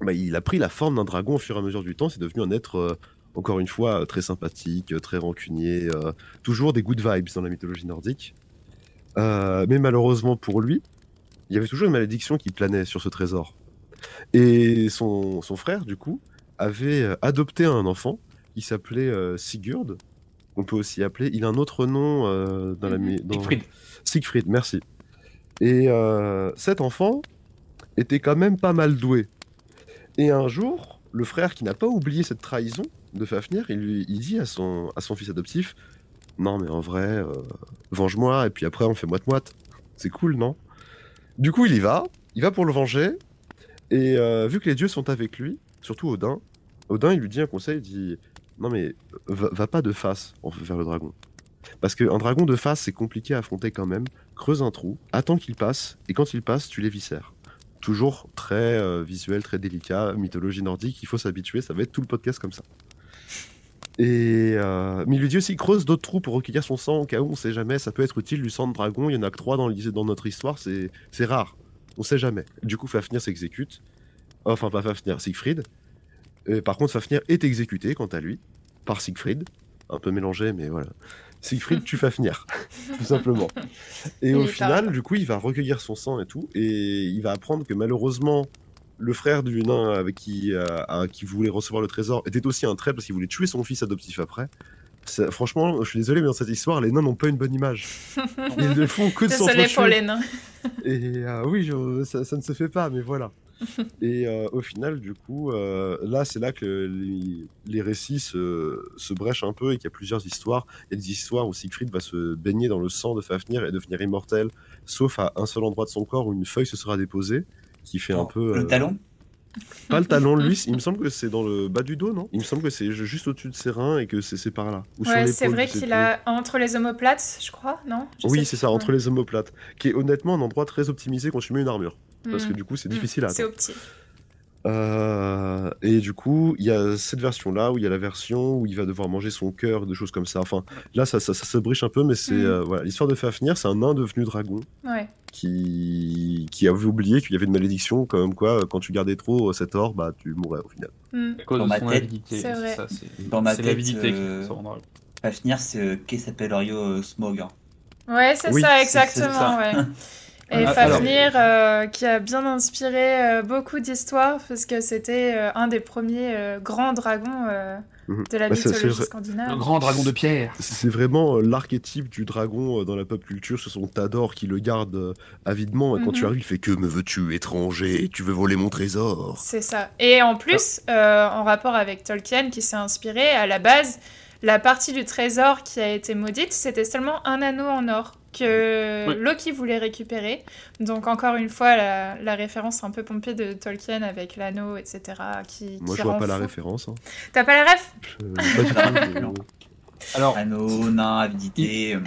il a pris la forme d'un dragon au fur et à mesure du temps. C'est devenu un être, encore une fois, très sympathique, très rancunier, toujours des good vibes dans la mythologie nordique. Mais malheureusement pour lui, il y avait toujours une malédiction qui planait sur ce trésor. Et son frère, du coup, avait adopté un enfant qui s'appelait Sigurd. On peut aussi appeler. Il a un autre nom dans la. Siegfried. Siegfried, merci. Et cet enfant était quand même pas mal doué. Et un jour, le frère qui n'a pas oublié cette trahison de Fafnir, il dit à son fils adoptif: non, mais en vrai, venge-moi, et puis après on fait moite-moite. C'est cool, non? Du coup, il va pour le venger, et vu que les dieux sont avec lui, surtout Odin, il lui dit un conseil, il dit: non mais va pas de face vers le dragon. Parce qu'un dragon de face, c'est compliqué à affronter quand même. Creuse un trou, attends qu'il passe, et quand il passe, tu l'éviscères. Toujours très visuel, très délicat, mythologie nordique, il faut s'habituer, ça va être tout le podcast comme ça. Et mais il lui dit aussi: creuse d'autres trous pour recueillir son sang au cas où, on sait jamais, ça peut être utile du sang de dragon, il y en a que 3 dans notre histoire, c'est rare, on sait jamais. Du coup, Fafnir s'exécute, enfin pas Fafnir, Siegfried. Par contre, Fafnir est exécuté, quant à lui, par Siegfried. Un peu mélangé, mais voilà. Siegfried tue Fafnir, tout simplement. Et au final, du coup, il va recueillir son sang et tout, et il va apprendre que malheureusement, le frère du nain avec qui voulait recevoir le trésor était aussi un traître parce qu'il voulait tuer son fils adoptif après. Franchement, je suis désolé, mais dans cette histoire, les nains n'ont pas une bonne image. Ils ne font que de s'entretuer. Désolé pour les nains. Et oui, ça ne se fait pas, mais voilà. Et au final, du coup, là, c'est là que les récits se brèchent un peu et qu'il y a plusieurs histoires. Il y a des histoires où Siegfried va se baigner dans le sang de Fafnir et devenir immortel, sauf à un seul endroit de son corps où une feuille se sera déposée, qui fait un peu... Le talon? Pas le talon, lui, il me semble que c'est dans le bas du dos, non? Il me semble que c'est juste au-dessus de ses reins et que c'est par là. Ou ouais, c'est vrai qu'il a entre les omoplates, je crois, non? Oui, c'est ça, entre les omoplates. Qui est honnêtement un endroit très optimisé quand tu mets une armure. Parce que du coup, c'est difficile à atteindre. C'est optique. Et du coup, il y a cette version-là où il y a la version où il va devoir manger son cœur, des choses comme ça. Enfin, là, ça se briche un peu, mais c'est voilà, l'histoire de Fafnir, c'est un nain devenu dragon qui avait oublié qu'il y avait une malédiction, comme quoi, quand tu gardais trop cet or, bah, tu mourrais au final. À cause de son avidité. C'est vrai. Dans ma c'est tête, l'avidité qui rendra. Fafnir, c'est Kesapelorio Smog. Hein. Ouais, c'est ça, exactement. Ouais. Et Fafnir, qui a bien inspiré beaucoup d'histoires, parce que c'était un des premiers grands dragons de la mythologie scandinave. Le grand dragon de pierre. C'est vraiment l'archétype du dragon dans la pop culture. Ce sont Tador qui le garde avidement. Et quand tu arrives, il fait: que me veux-tu, étranger? Tu veux voler mon trésor? C'est ça. Et en plus, en rapport avec Tolkien, qui s'est inspiré, à la base, la partie du trésor qui a été maudite, c'était seulement un anneau en or que Loki voulait récupérer. Donc encore une fois, la référence un peu pompée de Tolkien avec l'anneau, etc. Moi, je vois pas la référence. Hein. T'as pas la ref? Alors, anneau, nain, avidité.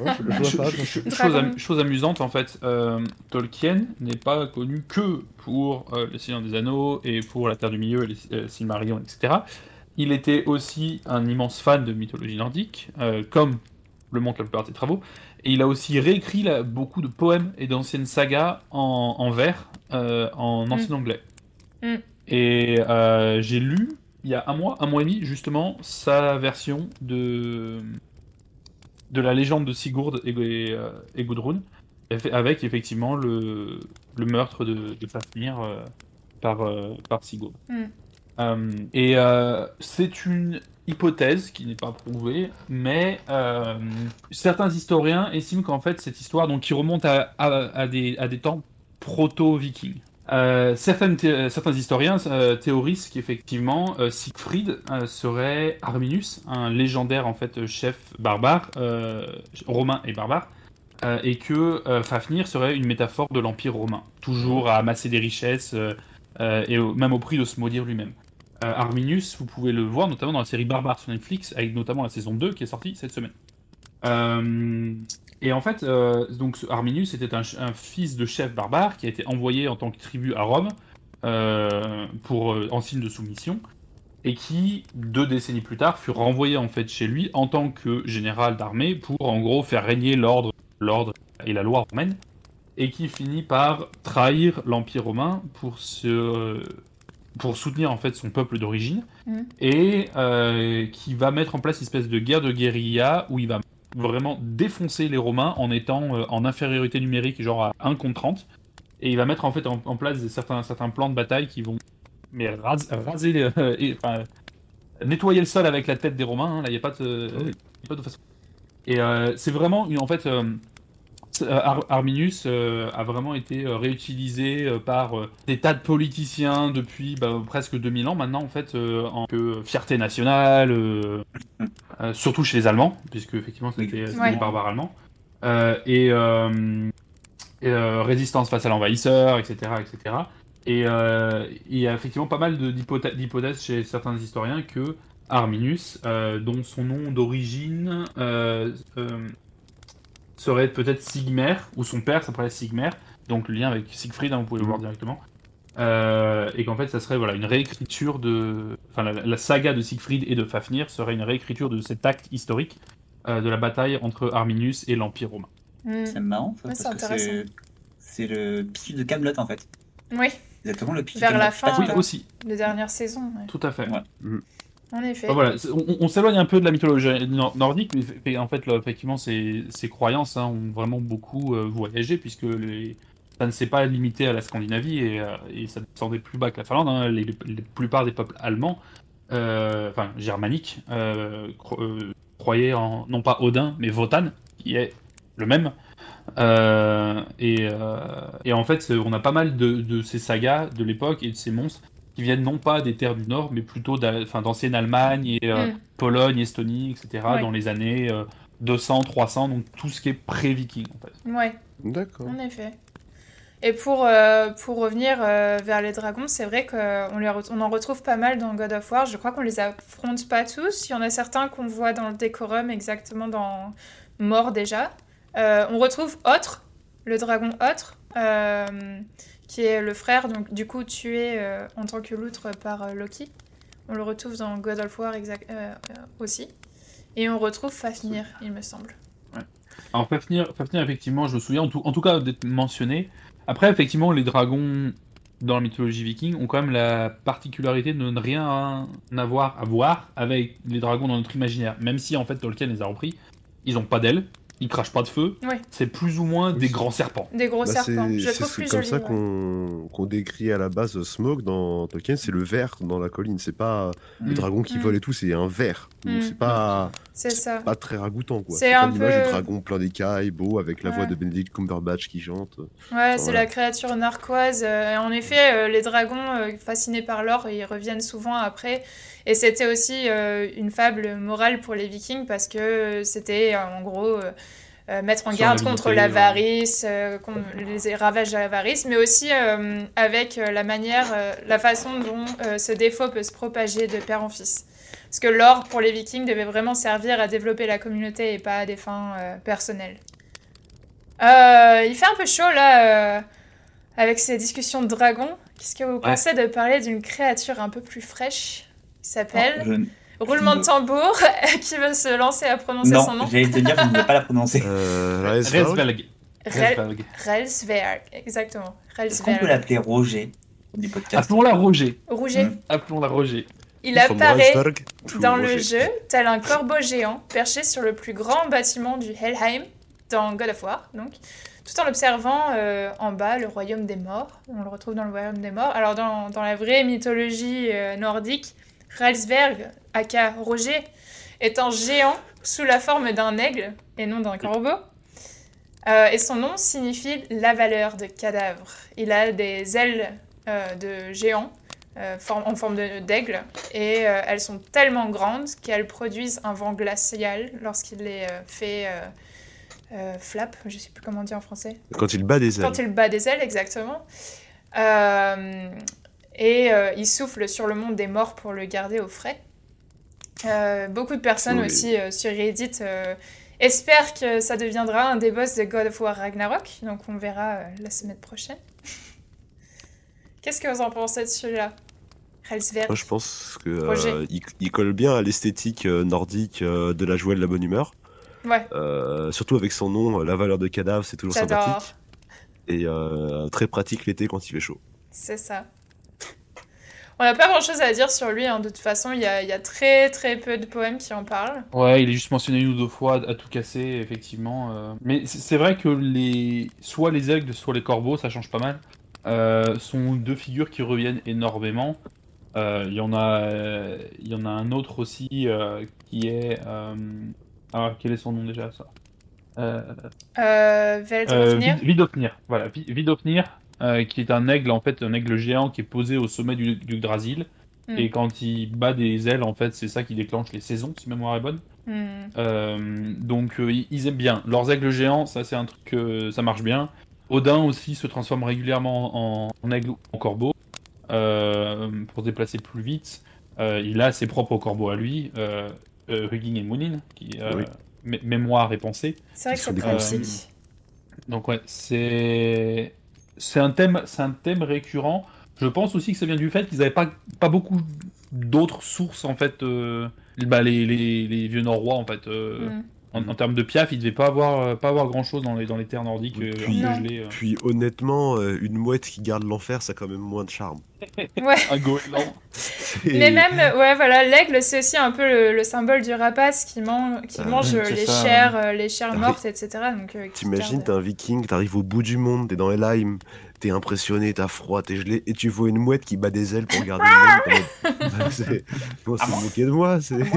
Chose amusante, en fait, Tolkien n'est pas connu que pour Le Seigneur des Anneaux et pour La Terre du Milieu et les Silmarillion, etc. Il était aussi un immense fan de mythologie nordique, comme le montre la plupart de ses travaux. Et il a aussi réécrit beaucoup de poèmes et d'anciennes sagas en vers, en ancien anglais. Et j'ai lu, il y a un mois et demi, justement, sa version de la légende de Sigurd et Gudrun, avec effectivement le meurtre de Fafnir par Sigurd. Et c'est une hypothèse qui n'est pas prouvée, mais certains historiens estiment qu'en fait cette histoire, donc, qui remonte à des temps proto-vikings. Certains historiens théorisent qu'effectivement Siegfried serait Arminus, un légendaire en fait chef barbare, romain et barbare, et que Fafnir serait une métaphore de l'Empire romain, toujours à amasser des richesses et même au prix de se maudire lui-même. Arminus, vous pouvez le voir notamment dans la série Barbare sur Netflix, avec notamment la saison 2 qui est sortie cette semaine. Et en fait, donc Arminus était un fils de chef barbare qui a été envoyé en tant que tribut à Rome en signe de soumission, et qui, 2 décennies plus tard, fut renvoyé en fait chez lui en tant que général d'armée pour en gros faire régner l'ordre et la loi romaine, et qui finit par trahir l'Empire romain pour se pour soutenir en fait son peuple d'origine et qui va mettre en place une espèce de guerre de guérilla où il va vraiment défoncer les Romains en étant en infériorité numérique, genre à 1 contre 30. Et il va mettre en fait en place certains plans de bataille qui vont raser nettoyer le sol avec la tête des Romains. Là, il n'y a pas de façon. Et c'est vraiment en fait. Arminius a vraiment été réutilisé par des tas de politiciens depuis presque 2000 ans maintenant en fait en que fierté nationale, surtout chez les Allemands puisque effectivement c'était les barbares allemands et résistance face à l'envahisseur, etc., etc. Et il y a effectivement pas mal d'hypothèses chez certains historiens que Arminius, dont son nom d'origine serait peut-être Sigmer, ou son père s'appelait Sigmer, donc le lien avec Siegfried, vous pouvez le voir directement, et qu'en fait ça serait une réécriture de... Enfin la saga de Siegfried et de Fafnir serait une réécriture de cet acte historique de la bataille entre Arminius et l'Empire romain. C'est marrant, ça, parce que c'est le pitch de Kaamelott en fait. Oui. Exactement le pitch vers de la fin aussi. des dernières saisons. Ouais. Tout à fait. Ouais. En effet. Voilà, on s'éloigne un peu de la mythologie nordique, mais en fait, là, effectivement, ces croyances ont vraiment beaucoup voyagé, puisque ça ne s'est pas limité à la Scandinavie, et ça descendait plus bas que la Finlande. Les plupart des peuples allemands, germaniques, croyaient en, non pas Odin, mais Wotan, qui est le même. Et en fait, on a pas mal de ces sagas de l'époque et de ces monstres qui viennent non pas des terres du Nord, mais plutôt d'ancienne Allemagne et Pologne, Estonie, etc., dans les années 200, 300, donc tout ce qui est pré-viking, en fait. Ouais. D'accord. En effet. Et pour revenir vers les dragons, c'est vrai qu'on en retrouve pas mal dans God of War. Je crois qu'on les affronte pas tous. Il y en a certains qu'on voit dans le décorum, exactement dans Mort déjà. On retrouve Autre, le dragon Autre, qui est le frère, donc du coup tué en tant que loutre par Loki. On le retrouve dans God of War aussi. Et on retrouve Fafnir, il me semble. Ouais. Alors Fafnir, effectivement, je me souviens en tout cas d'être mentionné. Après, effectivement, les dragons dans la mythologie viking ont quand même la particularité de ne rien avoir à voir avec les dragons dans notre imaginaire. Même si, en fait, Tolkien les a repris, ils n'ont pas d'ailes. Ils crachent pas de feu, c'est plus ou moins des grands serpents. Des gros serpents, je trouve plus joli. C'est comme ça qu'on décrit à la base Smaug dans Tolkien, c'est le ver dans la colline, c'est pas le dragon qui vole et tout, c'est un ver. Donc c'est pas très ragoûtant quoi. C'est pas un l'image peu... du dragon plein d'écailles, beau, avec la voix de Benedict Cumberbatch qui chante. Ouais, c'est la créature narquoise. En effet, les dragons, fascinés par l'or, ils reviennent souvent après. Et c'était aussi une fable morale pour les Vikings parce que c'était en gros mettre en garde contre l'avarice, contre les ravages de l'avarice, mais aussi avec la façon dont ce défaut peut se propager de père en fils. Parce que l'or pour les Vikings devait vraiment servir à développer la communauté et pas à des fins personnelles. Il fait un peu chaud là avec ces discussions de dragons. Qu'est-ce que vous pensez de parler d'une créature un peu plus fraîche qui s'appelle roulement de tambour qui veut se lancer à prononcer son nom? Non, j'allais te dire je ne vais pas la prononcer. Relsberg. Relsberg, exactement. Est-ce qu'on peut l'appeler Roger du podcast? Appelons-la Roger. Appelons-la Roger. Il apparaît dans le jeu tel un corbeau géant perché sur le plus grand bâtiment du Helheim dans God of War, donc, tout en observant en bas le royaume des morts. On le retrouve dans le royaume des morts. Alors dans la vraie mythologie nordique, Relsberg, aka Roger, est un géant sous la forme d'un aigle et non d'un corbeau. Et son nom signifie l'avaleur de cadavres. Il a des ailes de géant en forme d'aigle et elles sont tellement grandes qu'elles produisent un vent glacial lorsqu'il les fait flap, je sais plus comment dire en français. Quand il bat des ailes. Quand il bat des ailes, exactement. Il souffle sur le monde des morts pour le garder au frais. Beaucoup de personnes aussi sur Reddit espèrent que ça deviendra un des boss de God of War Ragnarok, donc on verra la semaine prochaine. Qu'est-ce que vous en pensez de celui-là, Relsberg? Moi, je pense que il colle bien à l'esthétique nordique de la joie de la bonne humeur. Ouais. Surtout avec son nom, la valeur de cadavre, c'est toujours J'adore. sympathique. Et très pratique l'été quand il fait chaud. C'est ça. On n'a pas grand-chose à dire sur lui, hein. De toute façon, il y a très très peu de poèmes qui en parlent. Ouais, il est juste mentionné une ou deux fois à tout casser, effectivement. Mais c'est vrai que soit les aigles, soit les corbeaux, ça change pas mal. Sont deux figures qui reviennent énormément. Il y en a un autre aussi qui est... quel est son nom déjà, ça Veldrifnir. Vidofnir, voilà, Vidofnir, qui est un aigle, en fait, un aigle géant qui est posé au sommet du Yggdrasil. Et quand il bat des ailes, en fait, c'est ça qui déclenche les saisons, si ma mémoire est bonne. Donc, ils aiment bien. Leurs aigles géants, ça, c'est un truc ça marche bien. Odin aussi se transforme régulièrement en aigle ou en corbeau pour se déplacer plus vite. Il a ses propres corbeaux à lui, Hugin et Munin, qui mémoire et pensée. C'est vrai que c'est pratique. Donc ouais, c'est un thème récurrent. Je pense aussi que ça vient du fait qu'ils n'avaient pas beaucoup d'autres sources en fait. Les vieux Norrois en fait. En termes de piaf, ils devaient pas avoir grand chose dans les terres nordiques. Puis honnêtement, une mouette qui garde l'enfer, ça a quand même moins de charme. Ouais. Un goéland. Mais même, ouais, voilà, l'aigle, c'est aussi un peu le symbole du rapace qui mange les chairs mortes, etc. Donc, t'imagines, t'es un viking, t'arrives au bout du monde, t'es dans Helheim, t'es impressionné, t'as froid, t'es gelé, et tu vois une mouette qui bat des ailes pour garder le monde. C'est moqué de moi,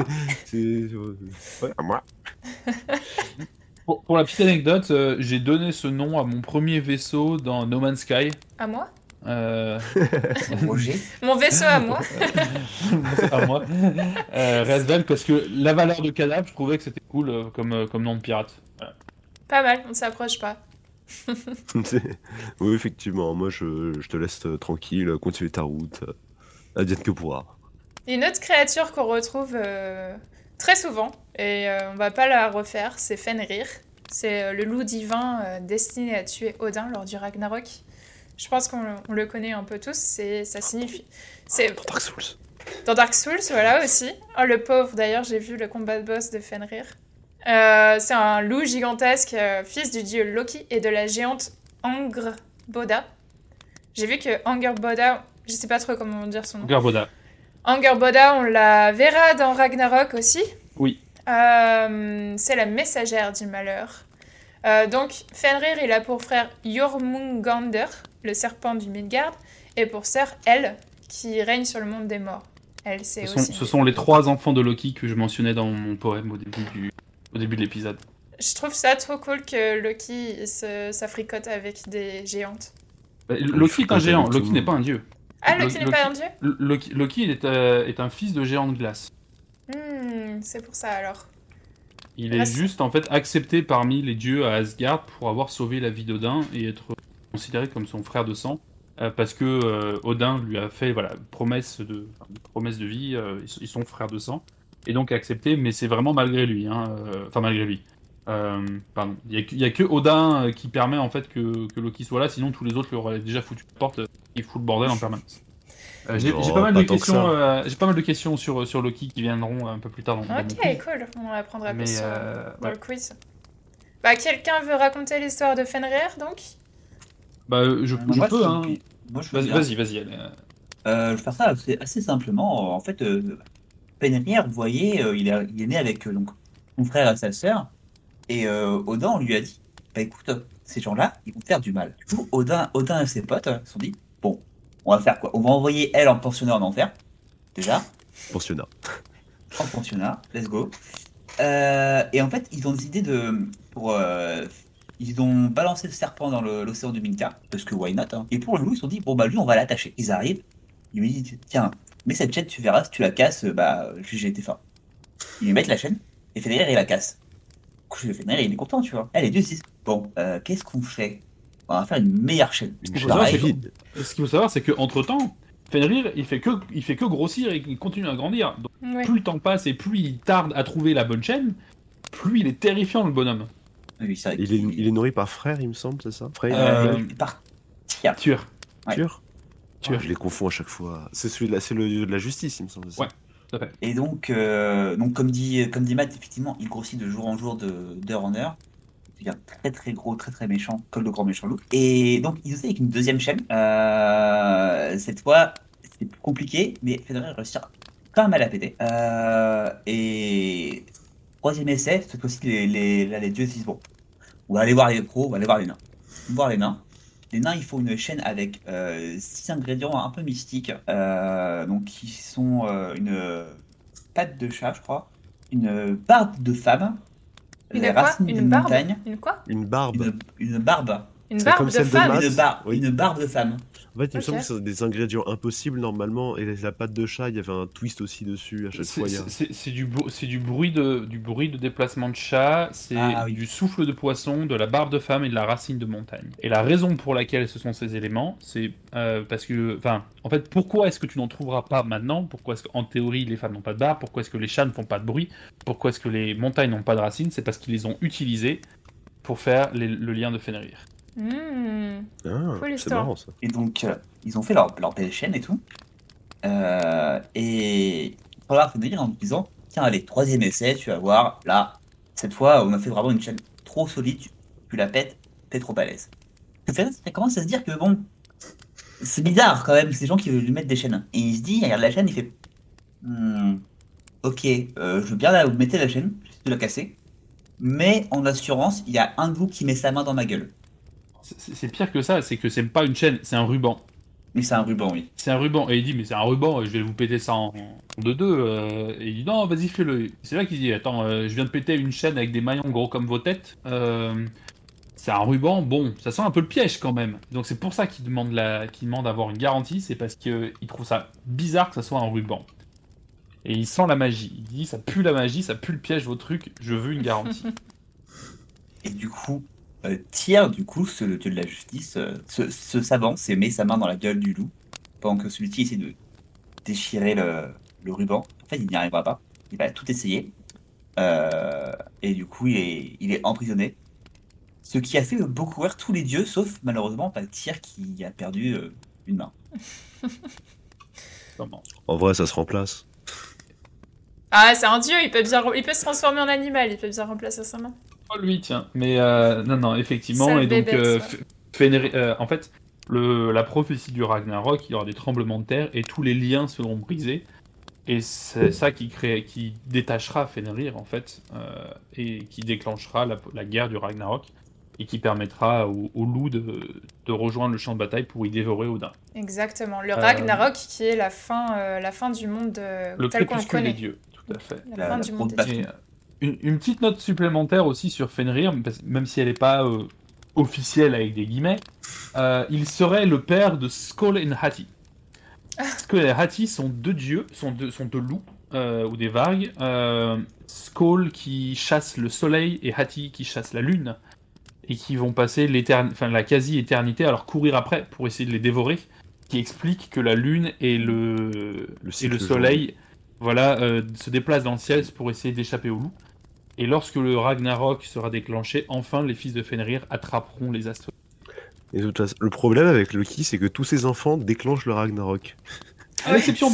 à moi. Pour la petite anecdote, j'ai donné ce nom à mon premier vaisseau dans No Man's Sky. À moi Roger. Mon vaisseau à moi. À moi. Resvel, parce que la valeur de cadavre, je trouvais que c'était cool comme nom de pirate. Voilà. Pas mal, on ne s'approche pas. Oui, effectivement, moi je te laisse tranquille, continue ta route, advienne que pourra. Une autre créature qu'on retrouve très souvent, et on va pas la refaire, c'est Fenrir. C'est le loup divin destiné à tuer Odin lors du Ragnarok. Je pense qu'on le connaît un peu tous, ça signifie... Dans Dark Souls. Dans Dark Souls, voilà aussi. Oh, le pauvre, d'ailleurs, j'ai vu le combat de boss de Fenrir. C'est un loup gigantesque, fils du dieu Loki et de la géante Angrboda. J'ai vu que Angrboda, je sais pas trop comment dire son nom. Angrboda, on la verra dans Ragnarok aussi. Oui. C'est la messagère du malheur. Donc, Fenrir, il a pour frère Jormungandr, le serpent du Midgard, et pour sœur Elle, qui règne sur le monde des morts. Elle, ce sont les 3 enfants de Loki que je mentionnais dans mon poème au début de l'épisode. Je trouve ça trop cool que Loki s'affricote avec des géantes. Loki est un géant, Loki n'est pas un dieu. Ah, Loki n'est pas un dieu ? Loki est un fils de géant de glace. C'est pour ça alors. Il est juste en fait accepté parmi les dieux à Asgard pour avoir sauvé la vie d'Odin et être considéré comme son frère de sang. Parce que Odin lui a fait une promesse de vie, ils sont frères de sang. Et donc accepté, mais c'est vraiment malgré lui. Malgré lui. Pardon. Il y a que Odin qui permet en fait que Loki soit là, sinon tous les autres lui auraient déjà foutu la porte, il fout le bordel en permanence. J'ai pas mal de questions sur Loki qui viendront un peu plus tard dans mon quiz. Ok, cool, on apprendra plus dans le quiz. Quelqu'un veut raconter l'histoire de Fenrir donc ? Je peux, hein. Moi, vas-y. Je vais faire ça assez simplement. En fait, Fenrir, vous voyez, il est né avec donc son frère et sa sœur. Et Odin, on lui a dit, écoute, ces gens-là, ils vont te faire du mal. Du coup, Odin et ses potes se sont dit, bon, on va faire quoi ? On va envoyer elle en pensionnat en enfer, déjà. Pensionnat. En pensionnat, let's go. Et en fait, ils ont décidé ils ont balancé le serpent dans l'océan du Minka, parce que why not, hein. Et pour le loup, ils se sont dit, lui, on va l'attacher. Ils arrivent, ils lui disent, tiens, mets cette chaîne, tu verras, si tu la casses, j'ai été fort. Ils lui mettent la chaîne, et Fenrir, il la casse. Du coup, Fenrir, il est content, tu vois. Les deux se disent, bon, qu'est-ce qu'on fait ? On va faire une meilleure chaîne. Ce qu'il faut savoir, c'est qu'entre-temps, Fenrir, il fait que grossir et il continue à grandir. Donc, plus le temps passe et plus il tarde à trouver la bonne chaîne, plus il est terrifiant, le bonhomme. Oui, ça, il est nourri par Frère, il me semble, c'est ça ? Par Tueur. Je les confonds à chaque fois. C'est celui-là, c'est de la justice, il me semble. Ouais, tout à fait. Et donc comme dit Matt, effectivement, il grossit de jour en jour, d'heure en heure. Il devient très très gros, très très méchant, comme le grand méchant loup. Et donc, ils essaient avec une deuxième chaîne. Cette fois, c'est plus compliqué, mais Fenrir réussit quand même à la péter. Et troisième essai, cette fois-ci, les dieux disent bon, on va aller voir les pros, on va aller voir les nains. On va voir les nains. Les nains, ils font une chaîne avec 6 ingrédients un peu mystiques, donc qui sont une patte de chat, je crois, une barbe de femme, les racines d'une montagne, une quoi? Une barbe. Une barbe. Une C'est barbe comme de celle de femme. Matt. Oui. Une barbe de femme. En fait, il me semble Ok. que c'est des ingrédients impossibles normalement. Et la pâte de chat, il y avait un twist aussi dessus à chaque fois. C'est du bruit de déplacement de chat, c'est Ah, oui. du souffle de poisson, de la barbe de femme et de la racine de montagne. Et la raison pour laquelle ce sont ces éléments, c'est parce que, enfin, en fait, pourquoi est-ce que tu n'en trouveras pas maintenant? Pourquoi est-ce qu'en théorie les femmes n'ont pas de barbe? Pourquoi est-ce que les chats ne font pas de bruit? Pourquoi est-ce que les montagnes n'ont pas de racines? C'est parce qu'ils les ont utilisés pour faire le lien de Fenrir. Ah, Cool c'est histoire. marrant ça. Et donc, ils ont fait leur belle chaîne et tout. Et il va falloir Fenrir en disant tiens, allez, troisième essai, tu vas voir, là, cette fois, on a fait vraiment une chaîne trop solide, tu la pètes, t'es trop balèze. Fenrir commence à se dire que bon, c'est bizarre quand même, ces gens qui veulent lui mettre des chaînes. Et il se dit, il regarde la chaîne, il fait ok, je veux bien vous mettez la chaîne, je vais de la casser. Mais en assurance, il y a un de vous qui met sa main dans ma gueule. C'est pire que ça, c'est que c'est pas une chaîne, c'est un ruban. Mais c'est un ruban, oui. C'est un ruban. Et il dit, mais c'est un ruban, je vais vous péter ça en deux. Et il dit, non, vas-y, fais-le. C'est là qu'il dit, attends, je viens de péter une chaîne avec des maillons gros comme vos têtes. C'est un ruban, bon, ça sent un peu le piège quand même. Donc c'est pour ça qu'il demande d'avoir une garantie, c'est parce qu'il trouve ça bizarre que ça soit un ruban. Et il sent la magie. Il dit, ça pue la magie, ça pue le piège, vos trucs, je veux une garantie. Et du coup, Tyr, du coup, le dieu de la justice, se s'avance et met sa main dans la gueule du loup, pendant que celui-ci essaie de déchirer le ruban. En fait, il n'y arrivera pas. Il va tout essayer. Et du coup, il est emprisonné. Ce qui a fait beaucoup rire tous les dieux, sauf malheureusement pas Tyr qui a perdu une main. Comment En vrai, ça se remplace. Ah, c'est un dieu, il peut se transformer en animal, il peut bien remplacer sa main. Oh, lui, tiens. Mais non, effectivement. Sale Et donc, bébête, ça. Fenrir, en fait, la prophétie du Ragnarok, il y aura des tremblements de terre et tous les liens seront brisés. Et c'est ça qui détachera Fenrir, en fait, et qui déclenchera la guerre du Ragnarok, et qui permettra au loup de rejoindre le champ de bataille pour y dévorer Odin. Exactement. Le Ragnarok qui est la fin du monde Le tel qu'on le crépuscule des connaît. dieux, tout à fait. La fin du monde des Parce dieux. Et, une petite note supplémentaire aussi sur Fenrir, même si elle n'est pas officielle avec des guillemets, il serait le père de Skoll et Hati. Skoll et Hati sont deux dieux, sont deux loups ou des vargues. Skoll qui chasse le soleil et Hati qui chasse la lune, et qui vont passer la quasi-éternité à leur courir après pour essayer de les dévorer, qui explique que la lune et le soleil se déplacent dans le ciel pour essayer d'échapper au loup. Et lorsque le Ragnarok sera déclenché, enfin les fils de Fenrir attraperont les astres. Et de toute façon, le problème avec Loki, c'est que tous ses enfants déclenchent le Ragnarok. À l'exception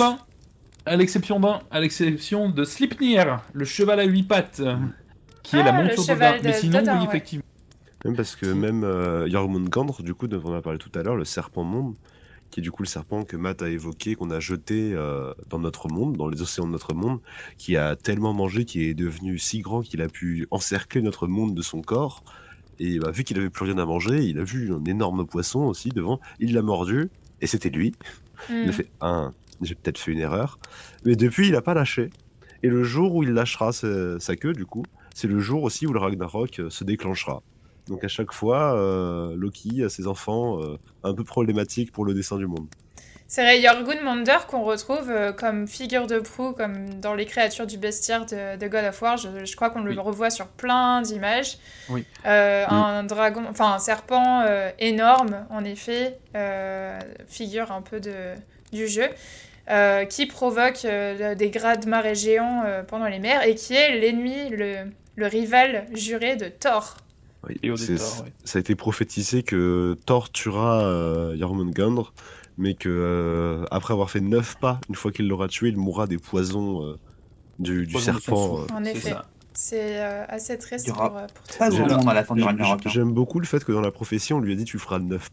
à l'exception de Sleipnir, le cheval à 8 pattes, qui est la le monture cheval d'Odin. Mais sinon, d'Odin, oui, ouais. effectivement. Même parce que même Jormungandr, du coup, dont on a parlé tout à l'heure, le serpent monde, qui est du coup le serpent que Matt a évoqué, qu'on a jeté dans notre monde, dans les océans de notre monde, qui a tellement mangé, qui est devenu si grand qu'il a pu encercler notre monde de son corps. Et bah, vu qu'il avait plus rien à manger, il a vu un énorme poisson aussi devant, il l'a mordu, et c'était lui. Il a fait j'ai peut-être fait une erreur. Mais depuis, il a pas lâché. Et le jour où il lâchera sa queue, du coup, c'est le jour aussi où le Ragnarok se déclenchera. Donc à chaque fois, Loki a ses enfants un peu problématiques pour le dessin du monde. C'est vrai, Jormungandr qu'on retrouve comme figure de proue, comme dans les créatures du bestiaire de God of War. Je crois qu'on le revoit sur plein d'images. Oui. Un dragon, enfin un serpent énorme, en effet, figure un peu du jeu, qui provoque des gras-de-marée géants pendant les mers et qui est l'ennemi, le rival juré de Thor. Oui, Et au départ, ouais. Ça a été prophétisé que Thor tuera Jormungandr, mais que après avoir fait 9 pas, une fois qu'il l'aura tué, il mourra des poisons du serpent. En effet, ça. c'est assez triste Il y aura pour Pas Thor. grand monde à la fin du Ragnarok. J'aime beaucoup le fait que dans la prophétie, on lui a dit tu feras 9 pas.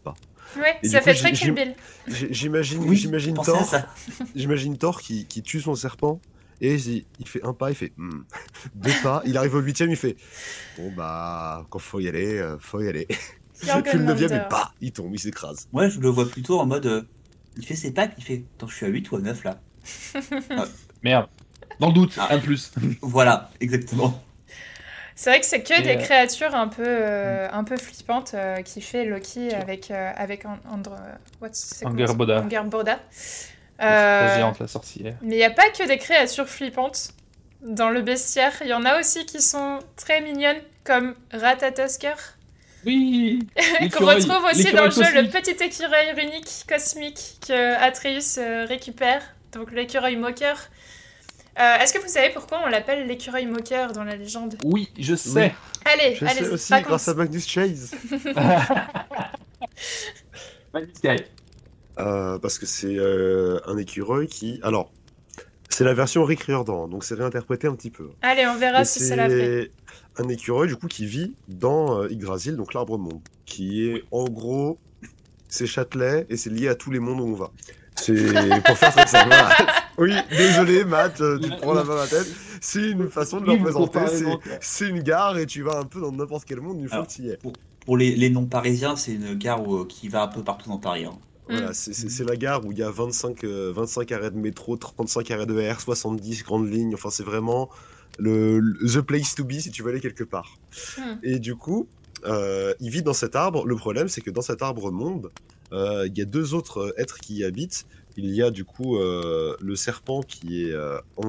Ouais, Et ça du fait coup, très Kill Bill. J'imagine pensez à Thor, ça. j'imagine Thor qui tue son serpent et il fait un pas, il fait deux pas, il arrive au 8ème, il fait bon bah quand faut y aller, faut y aller. Il fait le 9ème et pas, il tombe, il s'écrase. Ouais, je le vois plutôt en mode. Il fait ses pas, puis il fait. Attends, je suis à 8 ou à 9 là. Merde. Dans le doute, Ah. un plus. Voilà, exactement. C'est vrai que c'est que Et, des créatures un peu flippantes qui fait Loki avec Angerboda. Angerboda. La géante, la sorcière. Mais il n'y a pas que des créatures flippantes dans le bestiaire. Il y en a aussi qui sont très mignonnes, comme Ratatosker, Oui. qu'on retrouve aussi dans le jeu, cosmique. le petit écureuil runique cosmique que Atreus récupère, donc l'écureuil moqueur. Est-ce que vous savez pourquoi on l'appelle l'écureuil moqueur dans la légende? Oui, je sais. Allez, Je allez, sais aussi raconte. grâce à Magnus Chase. Magnifique. Parce que c'est un écureuil qui... Alors, c'est la version Rick Riordan, donc c'est réinterprété un petit peu. Allez, on verra Mais si c'est la vraie. un écureuil du coup qui vit dans Yggdrasil, donc l'arbre monde, qui est en gros, c'est Châtelet et c'est lié à tous les mondes où on va. C'est pour faire très simple. Voilà. Oui, désolé Matt, tu te prends la main à la tête. C'est une façon de le Oui, vous représenter. comparez donc. C'est une gare et tu vas un peu dans n'importe quel monde une fois Alors, que tu y es. Pour les non-parisiens, c'est une gare qui va un peu partout dans Paris. Hein. Voilà, c'est la gare où il y a 25 arrêts de métro, 35 arrêts de RER, 70 grandes lignes. Enfin, c'est vraiment the place to be si tu veux aller quelque part. Et du coup, il vit dans cet arbre. Le problème, c'est que dans cet arbre monde, il y a deux autres êtres qui y habitent. Il y a du coup le serpent qui est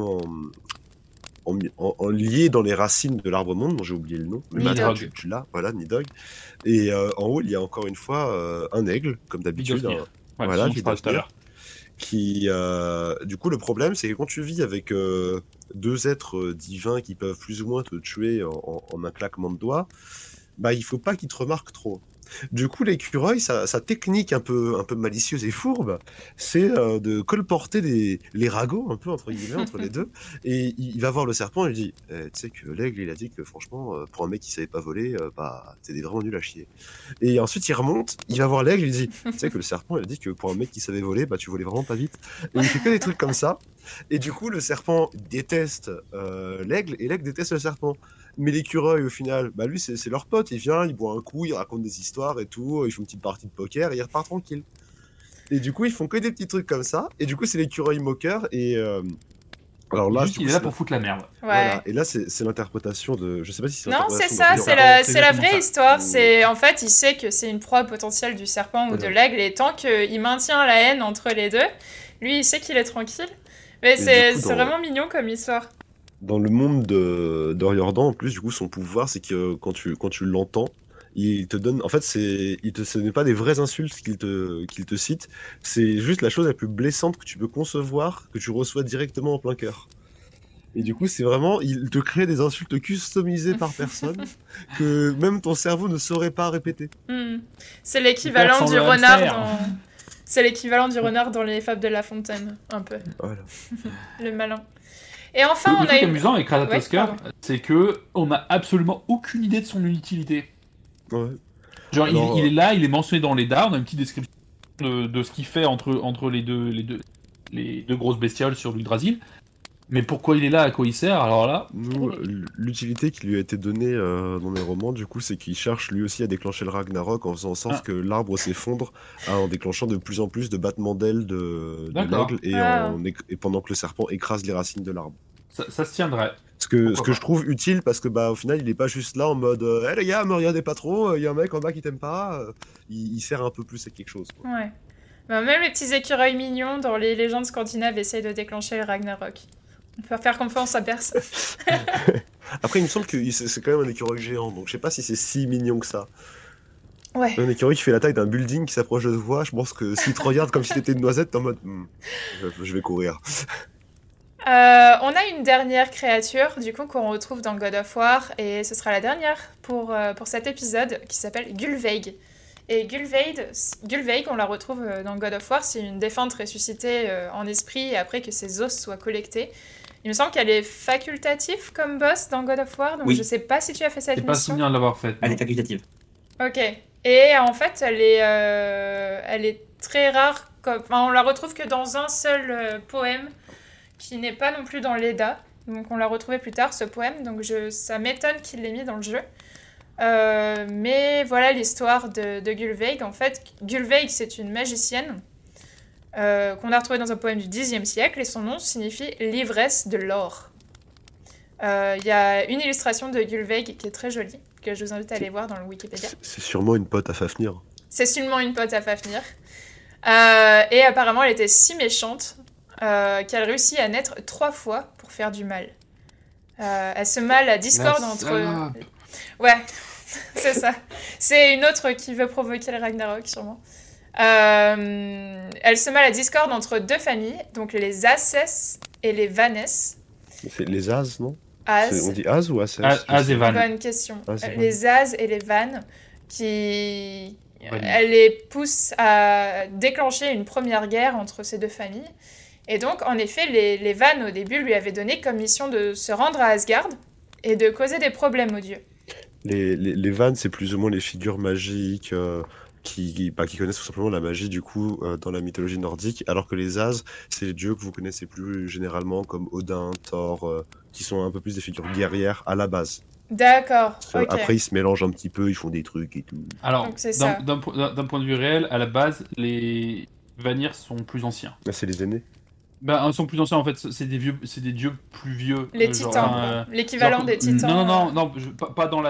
lié dans les racines de l'arbre monde, dont j'ai oublié le nom. Mais Nidhogg. Matt, tu l'as, voilà, Nidhogg. Et en haut, il y a encore une fois un aigle, comme d'habitude. Vidofnir. Ouais, Voilà, sinon je parle tout à l'heure. qui du coup le problème c'est que quand tu vis avec deux êtres divins qui peuvent plus ou moins te tuer en un claquement de doigts, bah il faut pas qu'ils te remarquent trop. Du coup l'écureuil, sa technique un peu malicieuse et fourbe, c'est de colporter les ragots un peu entre guillemets entre les deux, et il va voir le serpent et il dit tu sais que l'aigle il a dit que franchement pour un mec qui savait pas voler, bah t'es vraiment nul à chier. Et ensuite il remonte, il va voir l'aigle, il dit tu sais que le serpent il a dit que pour un mec qui savait voler, bah tu volais vraiment pas vite. Et il fait que des trucs comme ça. Et du coup le serpent déteste l'aigle et l'aigle déteste le serpent. Mais l'écureuil au final, bah lui c'est leur pote, il vient, il boit un coup, il raconte des histoires et tout, ils font une petite partie de poker et il repart tranquille. Et du coup ils font que des petits trucs comme ça, et du coup c'est l'écureuil moqueur et alors là, Juste, il est là pour foutre la merde. Ouais. voilà. Et là, c'est l'interprétation de. Je sais pas si c'est Non, c'est l'interprétation ça, de- c'est la- la c'est vraie exactement ça. histoire. C'est en fait, il sait que c'est une proie potentielle du serpent ou de Voilà. l'aigle, et tant qu'il maintient la haine entre les deux, lui, il sait qu'il est tranquille. Mais du c'est coup, c'est dans- vraiment mignon comme histoire. Dans le monde d'Oriordan, en plus, du coup, son pouvoir, c'est que quand tu l'entends, il te donne. En fait, ce n'est pas des vraies insultes qu'il te cite, c'est juste la chose la plus blessante que tu peux concevoir, que tu reçois directement en plein cœur. Et du coup, c'est vraiment. Il te crée des insultes customisées par personne que même ton cerveau ne saurait pas répéter. C'est l'équivalent Sans du le renard hamster. dans. C'est l'équivalent du renard dans les Fables de La Fontaine, un peu. Voilà. Le malin. Et enfin, Le on a truc une. amusant avec Ratatosker, Ouais, pardon. c'est que on n'a absolument aucune idée de son utilité. Ouais. Genre, Alors, il est là, il est mentionné dans les dards, on a une petite description de ce qu'il fait entre les deux grosses bestioles sur l'Yggdrasil. Mais pourquoi il est là, à quoi il sert, alors là... Nous, l'utilité qui lui a été donnée dans les romans, du coup, c'est qu'il cherche lui aussi à déclencher le Ragnarok en faisant en sorte que l'arbre s'effondre en déclenchant de plus en plus de battements d'ailes de D'accord. l'aigle et pendant que le serpent écrase les racines de l'arbre. Ça se tiendrait. Ce que Pourquoi pas. je trouve utile parce que bah au final il est pas juste là en mode hé les gars me regardez pas trop, il y a un mec en bas qui t'aime pas, il sert un peu plus à quelque chose. Quoi. Ouais. Bah, même les petits écureuils mignons dans les légendes scandinaves essayent de déclencher le Ragnarok. On peut faire confiance à personne. Après il me semble que c'est quand même un écureuil géant donc je sais pas si c'est si mignon que ça. Ouais. Un écureuil qui fait la taille d'un building qui s'approche de toi, je pense que s'il te regarde comme si t'étais une noisette, t'es en mode je vais courir. On a une dernière créature, du coup, qu'on retrouve dans God of War, et ce sera la dernière pour cet épisode, qui s'appelle Gulveig. Et Gulveig, on la retrouve dans God of War, c'est une défunte ressuscitée en esprit, et après que ses os soient collectés. Il me semble qu'elle est facultative comme boss dans God of War, donc Oui. je sais pas si tu as fait cette J'ai pas mission. souvenir de l'avoir fait. Elle non. est facultative. Ok. Et en fait, elle est très rare. Enfin, on la retrouve que dans un seul poème qui n'est pas non plus dans l'Edda. Donc on l'a retrouvé plus tard, ce poème. Donc ça m'étonne qu'il l'ait mis dans le jeu. Mais voilà l'histoire de Gulveig. En fait, Gulveig, c'est une magicienne qu'on a retrouvée dans un poème du Xe siècle. Et son nom signifie l'ivresse de l'or. Il y a une illustration de Gulveig qui est très jolie, que je vous invite à aller voir dans le Wikipédia. C'est sûrement une pote à Fafnir. C'est sûrement une pote à Fafnir. Et apparemment, elle était si méchante qu'elle réussit à naître 3 fois pour faire du mal. Elle se mêle à discorde entre... Ouais, c'est ça. C'est une autre qui veut provoquer le Ragnarok, sûrement. Elle se mêle à discorde entre 2 familles, donc les Asses et les Vannes. C'est les As, non? Az. On dit Az ou Asses? Az et Van. Bonne question. Az et Les Az et les Vannes qui... Ouais. Elle les pousse à déclencher une première guerre entre ces 2 familles. Et donc, en effet, les Vannes, au début, lui avaient donné comme mission de se rendre à Asgard et de causer des problèmes aux dieux. Les Vannes, c'est plus ou moins les figures magiques qui connaissent tout simplement la magie, du coup, dans la mythologie nordique, alors que les As, c'est les dieux que vous connaissez plus généralement, comme Odin, Thor, qui sont un peu plus des figures guerrières à la base. D'accord, ok. Après, ils se mélangent un petit peu, ils font des trucs et tout. Alors, Donc, c'est ça. d'un point de vue réel, à la base, les Vanir sont plus anciens. Ah, c'est les aînés. Ils sont plus anciens en fait, c'est des dieux plus vieux. Les titans, quoi. L'équivalent des titans. Non, pas dans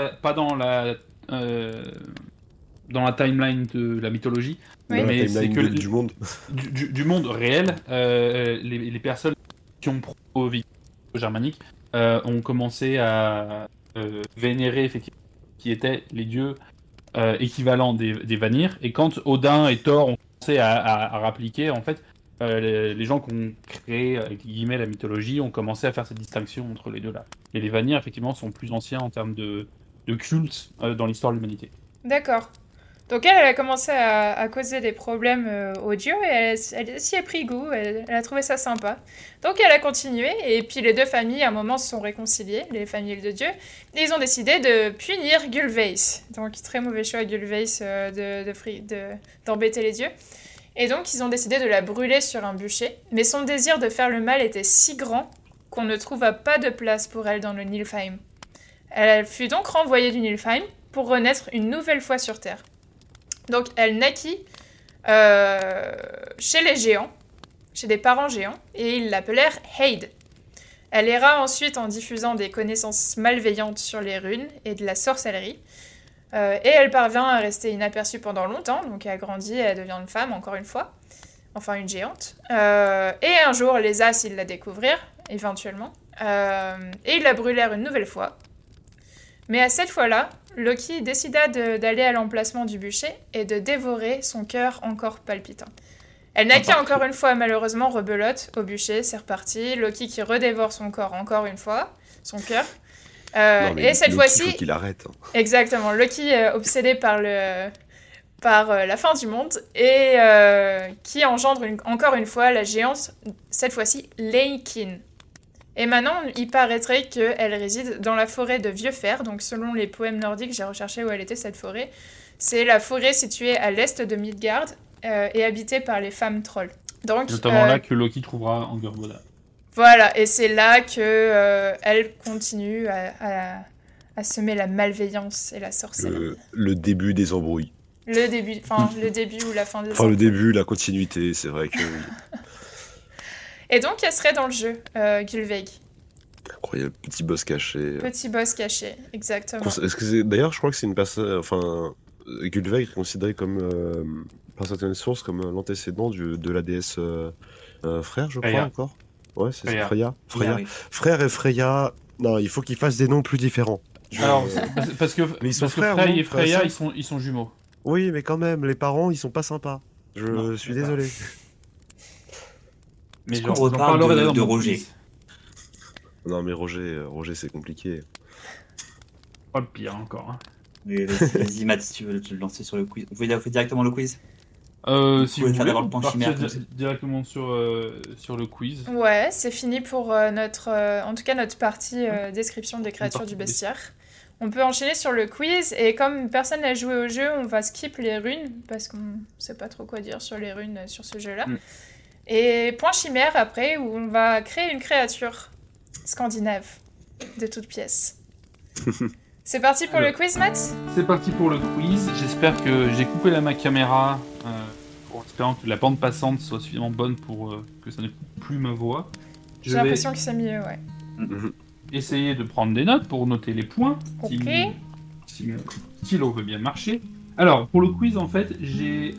la timeline de la mythologie, Oui. mais Dans la c'est que timeline du monde. du monde réel, les personnes qui ont pro-victoire germanique ont commencé à vénérer effectivement qui étaient les dieux équivalents des Vanir, et quand Odin et Thor ont commencé à rappliquer, en fait, les gens qui ont créé avec guillemets la mythologie ont commencé à faire cette distinction entre les deux là. Et les Vanir effectivement sont plus anciens en termes de culte dans l'histoire de l'humanité. D'accord. Donc elle a commencé à causer des problèmes aux dieux et elle s'y est pris goût, elle a trouvé ça sympa. Donc elle a continué et puis les 2 familles à un moment se sont réconciliées, les familles de dieux, et ils ont décidé de punir Gulveis. Donc très mauvais choix Gulveis d'embêter les dieux. Et donc ils ont décidé de la brûler sur un bûcher, mais son désir de faire le mal était si grand qu'on ne trouva pas de place pour elle dans le Niflheim. Elle fut donc renvoyée du Niflheim pour renaître une nouvelle fois sur Terre. Donc elle naquit chez les géants, chez des parents géants, et ils l'appelèrent Heid. Elle erra ensuite en diffusant des connaissances malveillantes sur les runes et de la sorcellerie, et elle parvint à rester inaperçue pendant longtemps, donc elle grandit, elle devient une femme encore une fois, enfin une géante. Et un jour les As ils la découvrirent, éventuellement, et ils la brûlèrent une nouvelle fois. Mais à cette fois-là, Loki décida d'aller à l'emplacement du bûcher et de dévorer son cœur encore palpitant. Elle naquit encore une fois, malheureusement, rebelote au bûcher, c'est reparti. Loki qui redévore son corps encore une fois, son cœur. Et cette fois-ci... Il faut qu'il arrête. Exactement, Loki obsédé par la fin du monde et qui engendre encore une fois la géante, cette fois-ci Leikin. Et maintenant, il paraîtrait qu'elle réside dans la forêt de Vieux-Fer, donc selon les poèmes nordiques, j'ai recherché où elle était cette forêt. C'est la forêt située à l'est de Midgard et habitée par les femmes trolls. Donc, notamment là que Loki trouvera Angerboda. Voilà, et c'est là que elle continue à semer la malveillance et la sorcellerie. Le début des embrouilles. Le début ou la fin des le début, la continuité, c'est vrai que... Et donc, elle serait dans le jeu, Gulveig. Incroyable, petit boss caché. Petit boss caché, exactement. D'ailleurs, je crois que c'est une personne... Enfin, Gulveig est considéré comme, par certaines sources, comme l'antécédent de la déesse Frère, je crois, encore. Ouais, c'est ça, Freya. Oui. Frère et Freya... Non, il faut qu'ils fassent des noms plus différents. Alors, parce que mais ils sont frères, Frey non, et Freya, ils sont jumeaux. Oui, mais quand même, les parents, ils sont pas sympas. Je suis désolé. Mais on reparle de Roger. Non, mais Roger, c'est compliqué. Pas le pire encore. Hein. Mais vas-y, Matt, si tu veux te lancer sur le quiz. Vous voulez faire directement le quiz? Si vous voulez, on part directement sur le quiz. Ouais, c'est fini pour en tout cas notre partie description des créatures du bestiaire. On peut enchaîner sur le quiz, et comme personne n'a joué au jeu, on va skip les runes, parce qu'on sait pas trop quoi dire sur les runes sur ce jeu-là. Et point chimère après, où on va créer une créature scandinave de toutes pièces. C'est parti pour le quiz, Matt ? C'est parti pour le quiz. J'espère que j'ai coupé ma caméra en espérant que la bande passante soit suffisamment bonne pour que ça ne coupe plus ma voix. J'ai l'impression que c'est mieux, ouais. Essayer de prendre des notes pour noter les points. Ok. Si mon stylo veut bien marcher. Alors, pour le quiz, en fait, j'ai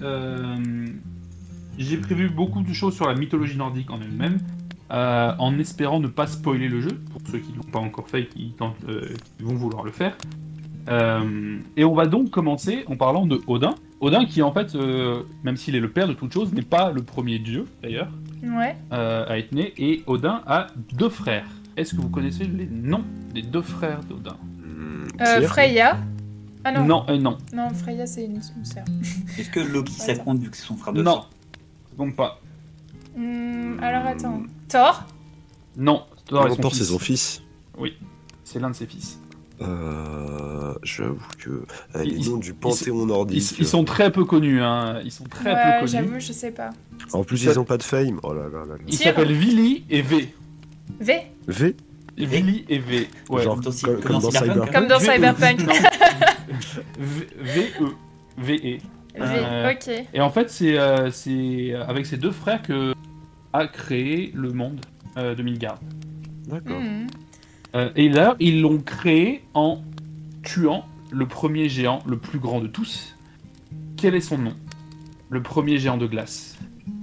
prévu beaucoup de choses sur la mythologie nordique en elle-même, en espérant ne pas spoiler le jeu, pour ceux qui ne l'ont pas encore fait et qui vont vouloir le faire. Et on va donc commencer en parlant de Odin. Odin qui, en fait, même s'il est le père de toutes choses, n'est pas le premier dieu, d'ailleurs, à être né. Et Odin a 2 frères. Est-ce que vous connaissez les noms des 2 frères d'Odin ? Freya. Ah non. Non. Non, Freya, c'est une sœur. Est-ce que Loki, ça compte vu que c'est son frère de Non, sang ? ça compte pas. Alors attends. Thor ? Non, Thor est son Thor, fils. c'est son fils. Oui, c'est l'un de ses fils. J'avoue que les Ils- noms du panthéon nordique. Ils sont très peu connus, hein. Ils sont très peu connus. J'avoue, je sais pas. En plus, ils ont pas de fame. Oh là là là là. Ils s'appellent Vili et V. V ? V. Vili et V. Ouais. Genre comme dans Cyberpunk. Comme dans Cyberpunk. V-E. V-E. V, ok. Et en fait, c'est avec ses 2 frères que a créé le monde de Midgard. D'accord. Et là, ils l'ont créé en tuant le premier géant, le plus grand de tous. Quel est son nom ? Le premier géant de glace.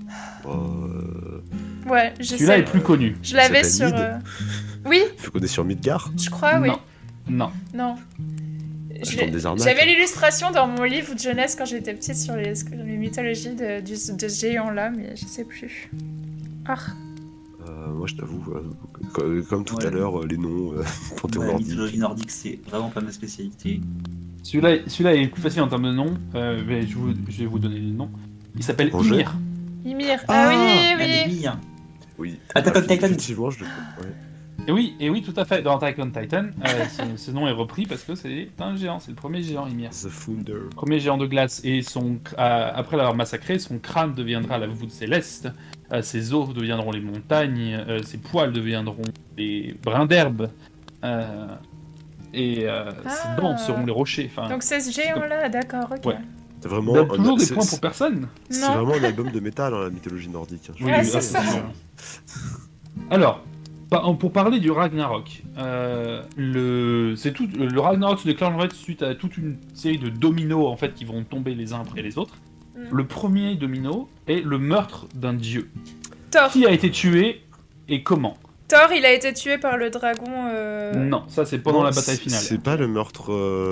Ouais, je sais. Celui-là est plus connu. Je l'avais Il sur... s'appelle Oui, Faut qu'on est sur Midgard. je crois, oui. Non. Non. Je tente des arnaques. J'avais l'illustration dans mon livre de jeunesse quand j'étais petite sur les mythologies de ce géant-là, mais je sais plus. Ah. Moi, je t'avoue, comme tout à l'heure, les noms panthéon La nordique. mythologie nordique, c'est vraiment pas ma spécialité. Celui-là est plus facile en termes de nom. Mais je vais vous donner les noms. Il s'appelle Angers. Ymir. Ymir. Ah, oui. Oui. Attack on Titan. Effectivement, je le ouais. Et oui, tout à fait. Dans Attack on Titan, ce nom est repris parce que c'est un géant. C'est le premier géant, Ymir. The Thunder. Premier géant de glace. Et après l'avoir massacré, son crâne deviendra la voûte céleste. Ses os deviendront les montagnes. Ses poils deviendront des brins d'herbe. Ses dents seront les rochers. Enfin, Donc c'est ce géant-là, d'accord, ok. Ouais. C'est vraiment. on a toujours des points pour personne. C'est Non. vraiment un album de métal, hein, la mythologie nordique. Oui, Ah, oui, c'est ça. sûr. Alors, pour parler du Ragnarok, le Ragnarok se déclenche en fait suite à toute une série de dominos en fait qui vont tomber les uns après les autres. Le premier domino est le meurtre d'un dieu. Thor. Qui a été tué et comment ? Thor, il a été tué par le dragon... Non, ça c'est pendant Non, la bataille finale. C'est pas le meurtre.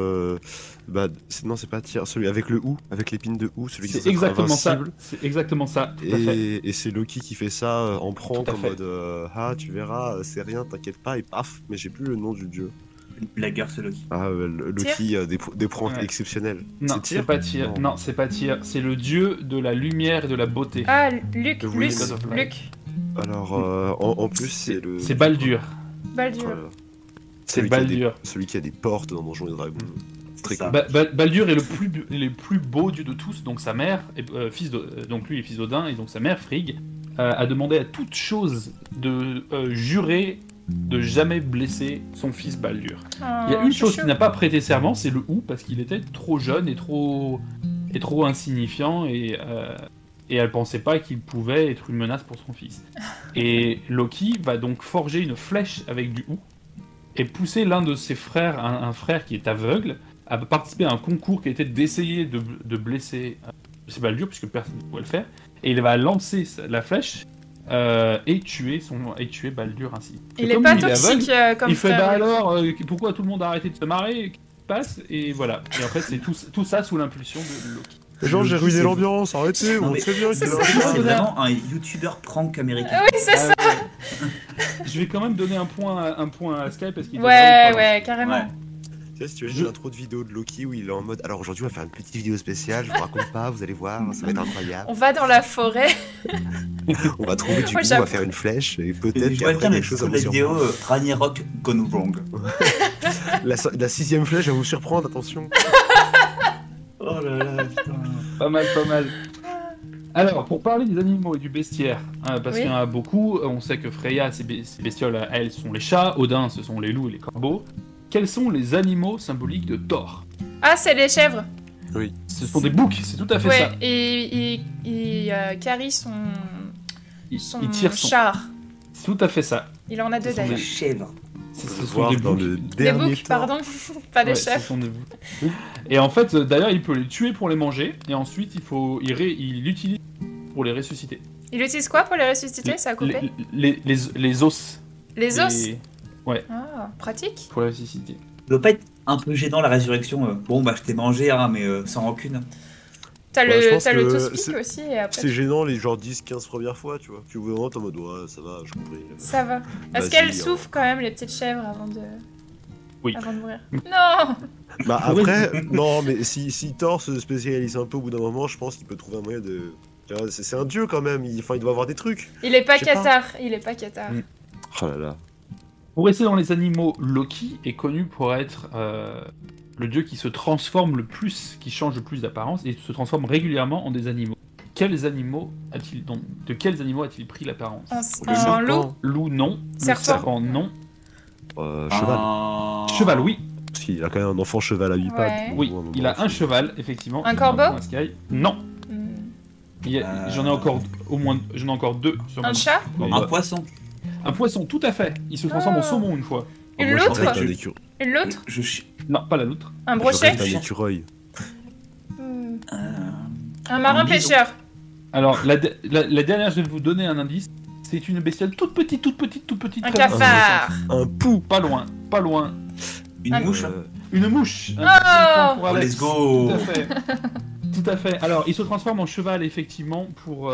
Non, c'est pas Tyr, celui avec le hou, avec l'épine de hou, celui qui C'est exactement ça. invincible. C'est exactement ça. Tout à fait. Et c'est Loki qui fait ça en prank Tout à en fait. mode ah, tu verras, c'est rien, t'inquiète pas, et paf, mais j'ai plus le nom du dieu. Blagueur, ce Loki. Ah, Loki, des pranks Ouais. exceptionnels. Non, c'est pas Tyr. Non, c'est pas Tyr. C'est le dieu de la lumière et de la beauté. Ah, Luc. Oui, God of Light. Luc. Alors, en plus, c'est le. C'est Baldur. Baldur. Voilà. C'est Celui qui a des- Baldur. Celui qui a des portes dans Donjons et Dragons. C'est très ça. cool. Baldur est le plus beau dieu de tous, donc sa mère, donc lui est fils d'Odin, et donc sa mère Frigg a demandé à toute chose de jurer de jamais blesser son fils Baldur. Il y a une chose qui n'a pas prêté serment, c'est le Hou, parce qu'il était trop jeune et trop insignifiant, et elle pensait pas qu'il pouvait être une menace pour son fils. Et Loki va donc forger une flèche avec du Hou, et pousser l'un de ses frères, un frère qui est aveugle, à participer à un concours qui était d'essayer de blesser Baldur, puisque personne ne pouvait le faire, et il va lancer la flèche et tuer Baldur ainsi. Il Et est comme pas il est toxique aveugle, comme il fait frère. alors pourquoi tout le monde a arrêté de se marrer, qu'est-ce qui se passe, et voilà. Et en fait c'est tout ça sous l'impulsion de Loki. Genre, j'ai ruiné c'est- l'ambiance, arrêtez, Non, on mais sait bien c'est qu'il ça. a C'est vraiment un youtubeur prank américain. Oui, c'est ça. Je vais quand même donner un point à Sky parce qu'il Ouais, carrément. Ouais. Tu sais, si tu as l'intro de vidéo de Loki où il est en mode alors aujourd'hui on va faire une petite vidéo spéciale, je vous raconte pas, vous allez voir, ça va être incroyable. On va dans la forêt. On va trouver du Ouais, coup, on j'avoue. va faire une flèche et Et peut-être je vois qu'après bien quelque les chose choses à de la vous vidéo Ragnarok Gone Wrong. La 6ème flèche va vous surprendre, attention. Oh là là, putain. Pas mal, pas mal. Alors, pour parler des animaux et du bestiaire, parce Oui. qu'il y en a beaucoup, on sait que Freya, ses bestioles, elles sont les chats, Odin, ce sont les loups et les corbeaux. Quels sont les animaux symboliques de Thor? Ah, c'est les chèvres. Ce sont des boucs, c'est tout à fait ça. Ouais, et il carry son Il tire son... char. C'est tout à fait ça. Il en a deux Ce sont d'ailleurs. Les chèvres. Ce On sont va voir des dans boucs. le Des dernier boucs, temps. pardon. Pas des Ouais, ce chefs. sont des boucs. Et en fait, d'ailleurs, il peut les tuer pour les manger, et ensuite, il l'utilise pour les ressusciter. Il utilise quoi pour les ressusciter? Ça a coupé? Les os. Les os. Ah, pratique. Pour les ressusciter. Ça doit pas être un peu gênant la résurrection. Bon, bah je t'ai mangé, hein, mais sans rancune. T'as Ouais, je pense le que to speak c'est- aussi, et après C'est gênant les genre 10-15 premières fois, tu vois. Puis au bout d'un moment, t'es en mode, ouais, ça va, je compris. ça va. Est-ce Vas-y, qu'elles hein. souffrent quand même, les petites chèvres, avant de Oui. mourir? Non. Bah après, non, mais si Thor se spécialise un peu au bout d'un moment, je pense qu'il peut trouver un moyen de... Tu vois, c'est un dieu quand même, il doit avoir des trucs. Il est pas Je sais pas. Qatar. Il est pas Qatar. Mm. Oh là là. Pour rester dans les animaux, Loki est connu pour être le dieu qui se transforme le plus, qui change le plus d'apparence, et se transforme régulièrement en des animaux. De quels animaux a-t-il pris l'apparence? En loup. Loup, non. Serpent. Le serpent, non. Cheval. Cheval, oui. Parce qu'il a quand même un enfant cheval à 8 pattes. Ouais. donc, Oui, à moment, il a un faut- cheval, effectivement. Un Il a corbeau point à Sky. Non. Hmm. J'en ai encore j'en ai encore deux sur ma Un main. chat? Mais- Un poisson. Un poisson, tout à fait. Il se transforme en Ah. saumon une fois. Ah, Une moi, je loutre rêve d'un écureuil. Une loutre? Non, pas la loutre. Un Je brochet? rêve d'un écureuil. Hmm. Euh, Un marin bison. pêcheur? Alors, la dernière, je vais vous donner un indice. C'est une bestiole toute petite. Un très cafard? Un pou. Pas loin, pas loin. Une Un- mouche. Une mouche. Un Oh petit point pour Alex. Let's go. Tout à fait. Tout à fait. Alors, il se transforme en cheval, effectivement, pour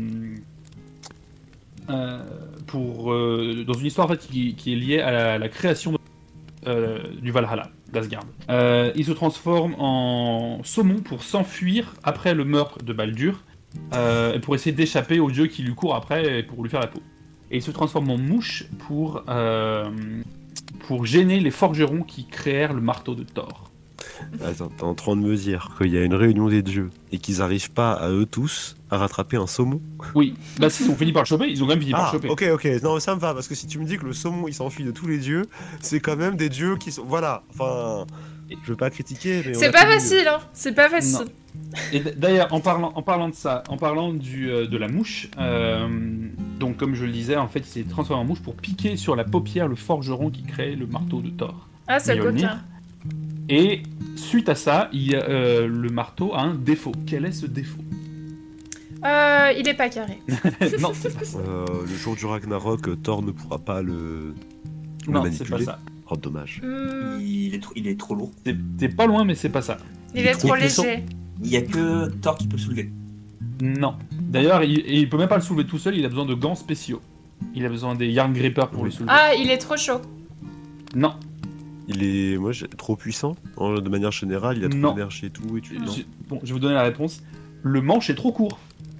dans une histoire en fait, qui est liée à la création du Valhalla, d'Asgard. Il se transforme en saumon pour s'enfuir après le meurtre de Baldur, et pour essayer d'échapper au dieu qui lui court après et pour lui faire la peau. Et il se transforme en mouche pour gêner les forgerons qui créèrent le marteau de Thor. Attends, t'es en train de me dire qu'il y a une réunion des dieux et qu'ils arrivent pas à eux tous à rattraper un saumon? Oui, bah si, ils ont fini par le choper, ils ont quand même fini par le choper. ok, non, mais ça me va, parce que si tu me dis que le saumon il s'enfuit de tous les dieux, c'est quand même des dieux qui sont. Voilà, enfin. Je veux pas critiquer, mais. on C'est a pas connu- facile, hein. C'est pas facile. Et d'ailleurs, en parlant de ça, en parlant de la mouche, donc comme je le disais, en fait, il s'est transformé en mouche pour piquer sur la paupière le forgeron qui crée le marteau de Thor. Ah, c'est Mjolnir. coquin. Et suite à ça, le marteau a un défaut. Quel est ce défaut? Il est pas carré. Non, c'est pas ça. Le jour du Ragnarok, Thor ne pourra pas le Non, c'est pas manipuler. ça. Oh, dommage. Hmm. Il est trop lourd. T'es pas loin, mais c'est pas ça. Il est trop puissant. léger. Il y a que Thor qui peut le soulever. Non. D'ailleurs, il peut même pas le soulever tout seul, il a besoin de gants spéciaux. Il a besoin des Yarn Grippers pour le soulever. Ah, il est trop chaud. Non. Il est, trop puissant. De manière générale, il a trop Non. d'énergie et tout. Et tu... non. Bon, je vais vous donner la réponse. Le manche est trop court.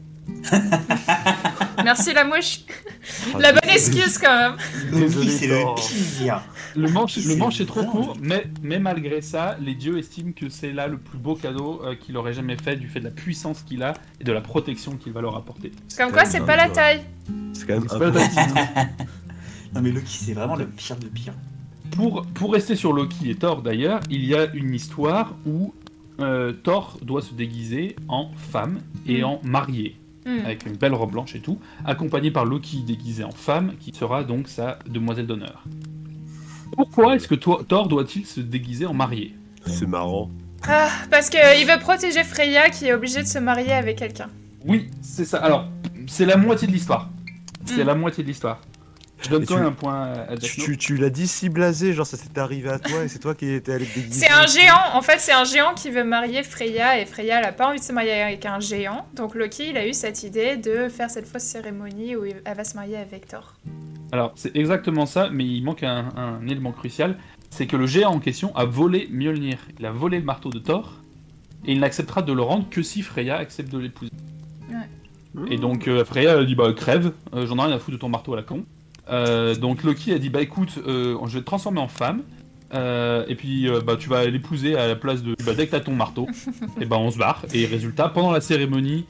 Merci la mouche. Ah, La bonne désolé. excuse quand même. Désolé, C'est Thor. le pire. Le manche est trop vraiment court, mais malgré ça, les dieux estiment que c'est là le plus beau cadeau qu'il aurait jamais fait du fait de la puissance qu'il a et de la protection qu'il va leur apporter. Comme quoi, c'est pas la taille. C'est quand même C'est un pas peu. la taille. Non mais Loki c'est vraiment le pire de pire. Pour rester sur Loki et Thor d'ailleurs, il y a une histoire où Thor doit se déguiser en femme et en mariée, Hmm. avec une belle robe blanche et tout, accompagné par Loki déguisé en femme, qui sera donc sa demoiselle d'honneur. Pourquoi est-ce que Thor doit-il se déguiser en mariée? C'est marrant. Ah, parce qu'il veut protéger Freya qui est obligée de se marier avec quelqu'un. Oui, c'est ça. Alors, c'est la moitié de l'histoire. C'est Mm. la moitié de l'histoire. Je donne Et quand tu- même un point à Jack No. Tu l'as dit si blasé, genre ça s'était arrivé à toi et c'est toi qui étais allé te déguiser. C'est un géant, en fait, c'est un géant qui veut marier Freya et Freya elle a pas envie de se marier avec un géant. Donc Loki, il a eu cette idée de faire cette fausse cérémonie où elle va se marier avec Thor. Alors, c'est exactement ça, mais il manque un élément crucial. C'est que le géant en question a volé Mjolnir. Il a volé le marteau de Thor. Et il n'acceptera de le rendre que si Freya accepte de l'épouser. Et donc Freya a dit bah crève, j'en ai rien à foutre de ton marteau à la con. Donc Loki a dit bah écoute, je vais te transformer en femme, Et puis tu vas l'épouser à la place de... dès que t'as ton marteau, et on se barre. Et résultat, pendant la cérémonie,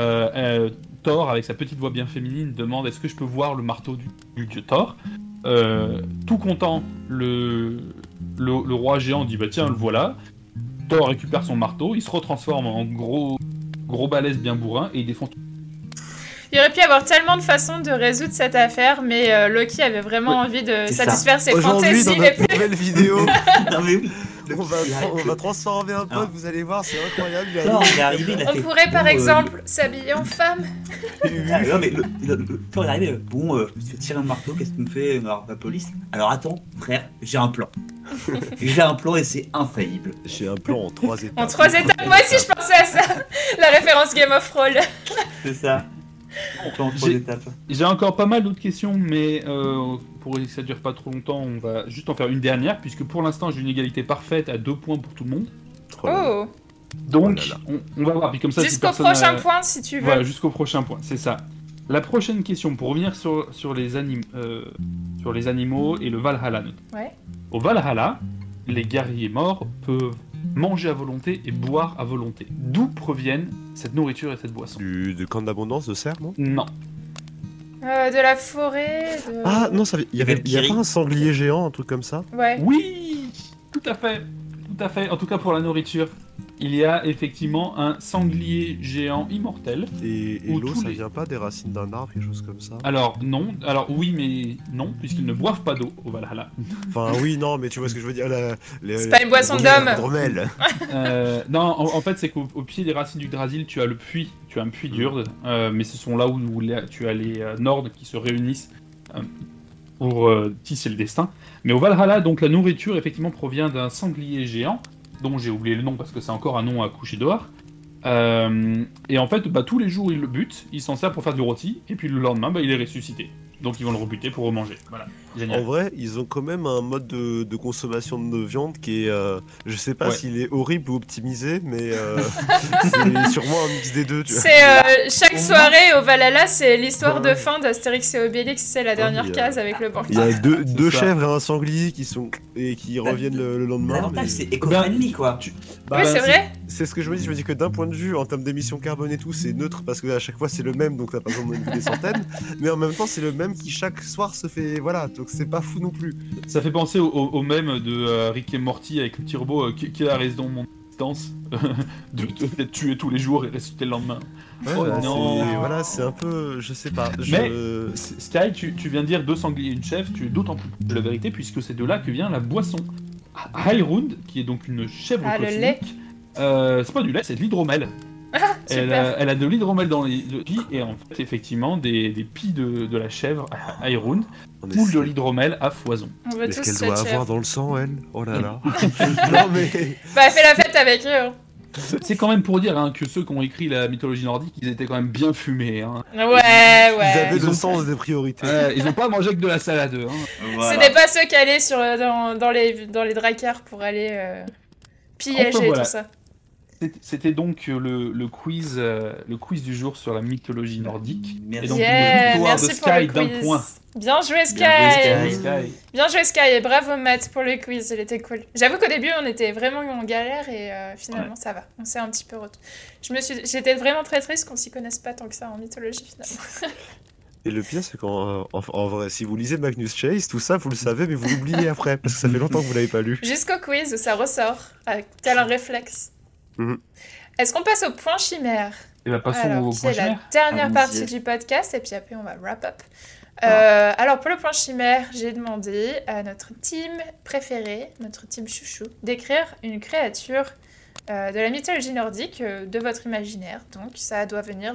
Thor, avec sa petite voix bien féminine, demande est-ce que je peux voir le marteau du dieu Thor. Tout content, le roi géant dit tiens, le voilà. Thor récupère son marteau, il se retransforme en gros balèze bien bourrin et il défonce. Il aurait pu y avoir tellement de façons de résoudre cette affaire, mais Loki avait vraiment envie de satisfaire ses Aujourd'hui, fantaisies dans les notre plus... nouvelle vidéo, Non, mais oui. on va transformer un pote, vous allez voir, c'est incroyable. Thor, il est arrivé, il a On fait, pourrait par exemple s'habiller en femme. Non, mais Thor est arrivé, je me suis fait tirer un marteau, qu'est-ce que tu me fais, la police? Alors attends, frère, j'ai un plan. J'ai un plan et c'est infaillible. J'ai un plan en 3 étapes. En 3 étapes, moi aussi je pensais à ça. La référence Game of Thrones. C'est ça. Un plan en 3 étapes. J'ai encore pas mal d'autres questions, mais pour que ça dure pas trop longtemps, on va juste en faire une dernière, puisque pour l'instant j'ai une égalité parfaite à 2 points pour tout le monde. Oh. Donc on va voir, puis comme ça jusqu'au prochain point si tu veux. Voilà, jusqu'au prochain point, c'est ça. La prochaine question, pour revenir sur les animaux et le Valhalla. Ouais. Au Valhalla, les guerriers morts peuvent manger à volonté et boire à volonté. D'où proviennent cette nourriture et cette boisson? Du camp d'abondance de cerf, non? Non. De la forêt. Ah non, il y a pas un sanglier géant, un truc comme ça? Ouais. Oui, tout à fait. En tout cas pour la nourriture. Il y a effectivement un sanglier géant immortel. Et l'eau, ça vient pas des racines d'un arbre, quelque chose comme ça? Alors non, oui mais non, puisqu'ils ne boivent pas d'eau au Valhalla. Enfin oui, non, mais tu vois ce que je veux dire. C'est pas une boisson d'homme. Non, en fait c'est qu'au pied des racines du Drasil, tu as un puits d'Urde, mais ce sont là où tu as les Nords qui se réunissent pour tisser le destin. Mais au Valhalla, donc la nourriture effectivement provient d'un sanglier géant, dont j'ai oublié le nom parce que c'est encore un nom à coucher dehors. Et en fait, tous les jours, il le bute, il s'en sert pour faire du rôti, et puis le lendemain, il est ressuscité. Donc ils vont le rebuter pour remanger. Voilà, génial. En vrai, ils ont quand même un mode de consommation de viande qui est, je sais pas s'il est horrible ou optimisé, mais c'est sûrement un mix des deux. Tu vois. C'est chaque soirée au Valhalla, c'est l'histoire de fin d'Astérix et Obélix, c'est la dernière case avec le banquier. Il y a deux chèvres et un sanglier qui reviennent le lendemain. L'avantage, c'est éco-friendly, quoi. Oui, c'est vrai. C'est ce que je me dis. Je me dis que d'un point de vue, en termes d'émissions carbone et tout, c'est neutre parce que à chaque fois c'est le même, donc t'as pas besoin de des centaines. Mais en même temps, c'est le même qui chaque soir se fait. Voilà, donc c'est pas fou non plus. Ça fait penser au même de Rick et Morty avec le petit robot qui a raison de mon existence d'être tué tous les jours et ressuscité le lendemain. Ouais, non. Voilà, c'est un peu. Je sais pas. Mais Sky, tu viens de dire 2 sangliers et une chèvre, tu es d'autant plus de la vérité puisque c'est de là que vient la boisson. Hyrund, qui est donc une chèvre cosmique. C'est pas du lait, c'est de l'hydromel. Elle a de l'hydromel dans les pies et en fait effectivement des pies de la chèvre Hyrund coulent de l'hydromel à foison. Est-ce qu'elle doit avoir dans le sang, elle? Oh là là. Non mais. Fais la fête avec eux. C'est quand même pour dire que ceux qui ont écrit la mythologie nordique, ils étaient quand même bien fumés. Hein. Ouais. Ils avaient le sens des priorités. Ils n'ont pas mangé que de la salade. Hein. Voilà. Ce n'est pas ceux qui allaient dans les drakkars pour aller piéger tout ça. C'était donc le quiz du jour sur la mythologie nordique. Merci. Et donc merci de pour Sky le quiz. d'un point. Bien joué Sky. Bien joué Sky et bravo Matt pour le quiz, il était cool. J'avoue qu'au début on était vraiment en galère et finalement ça va, on s'est un petit peu j'étais vraiment très triste qu'on s'y connaisse pas tant que ça en mythologie finalement. Et le pire, c'est qu'en vrai, si vous lisez Magnus Chase, tout ça, vous le savez, mais vous l'oubliez après, parce que ça fait longtemps que vous l'avez pas lu. Jusqu'au quiz, ça ressort, tel un réflexe. Est-ce qu'on passe au point chimère? Et passons au point chimère. C'est la dernière partie du podcast, et puis après on va wrap up. Alors pour le point chimère, j'ai demandé à notre team préféré, notre team chouchou, d'écrire une créature de la mythologie nordique, de votre imaginaire. Donc ça doit venir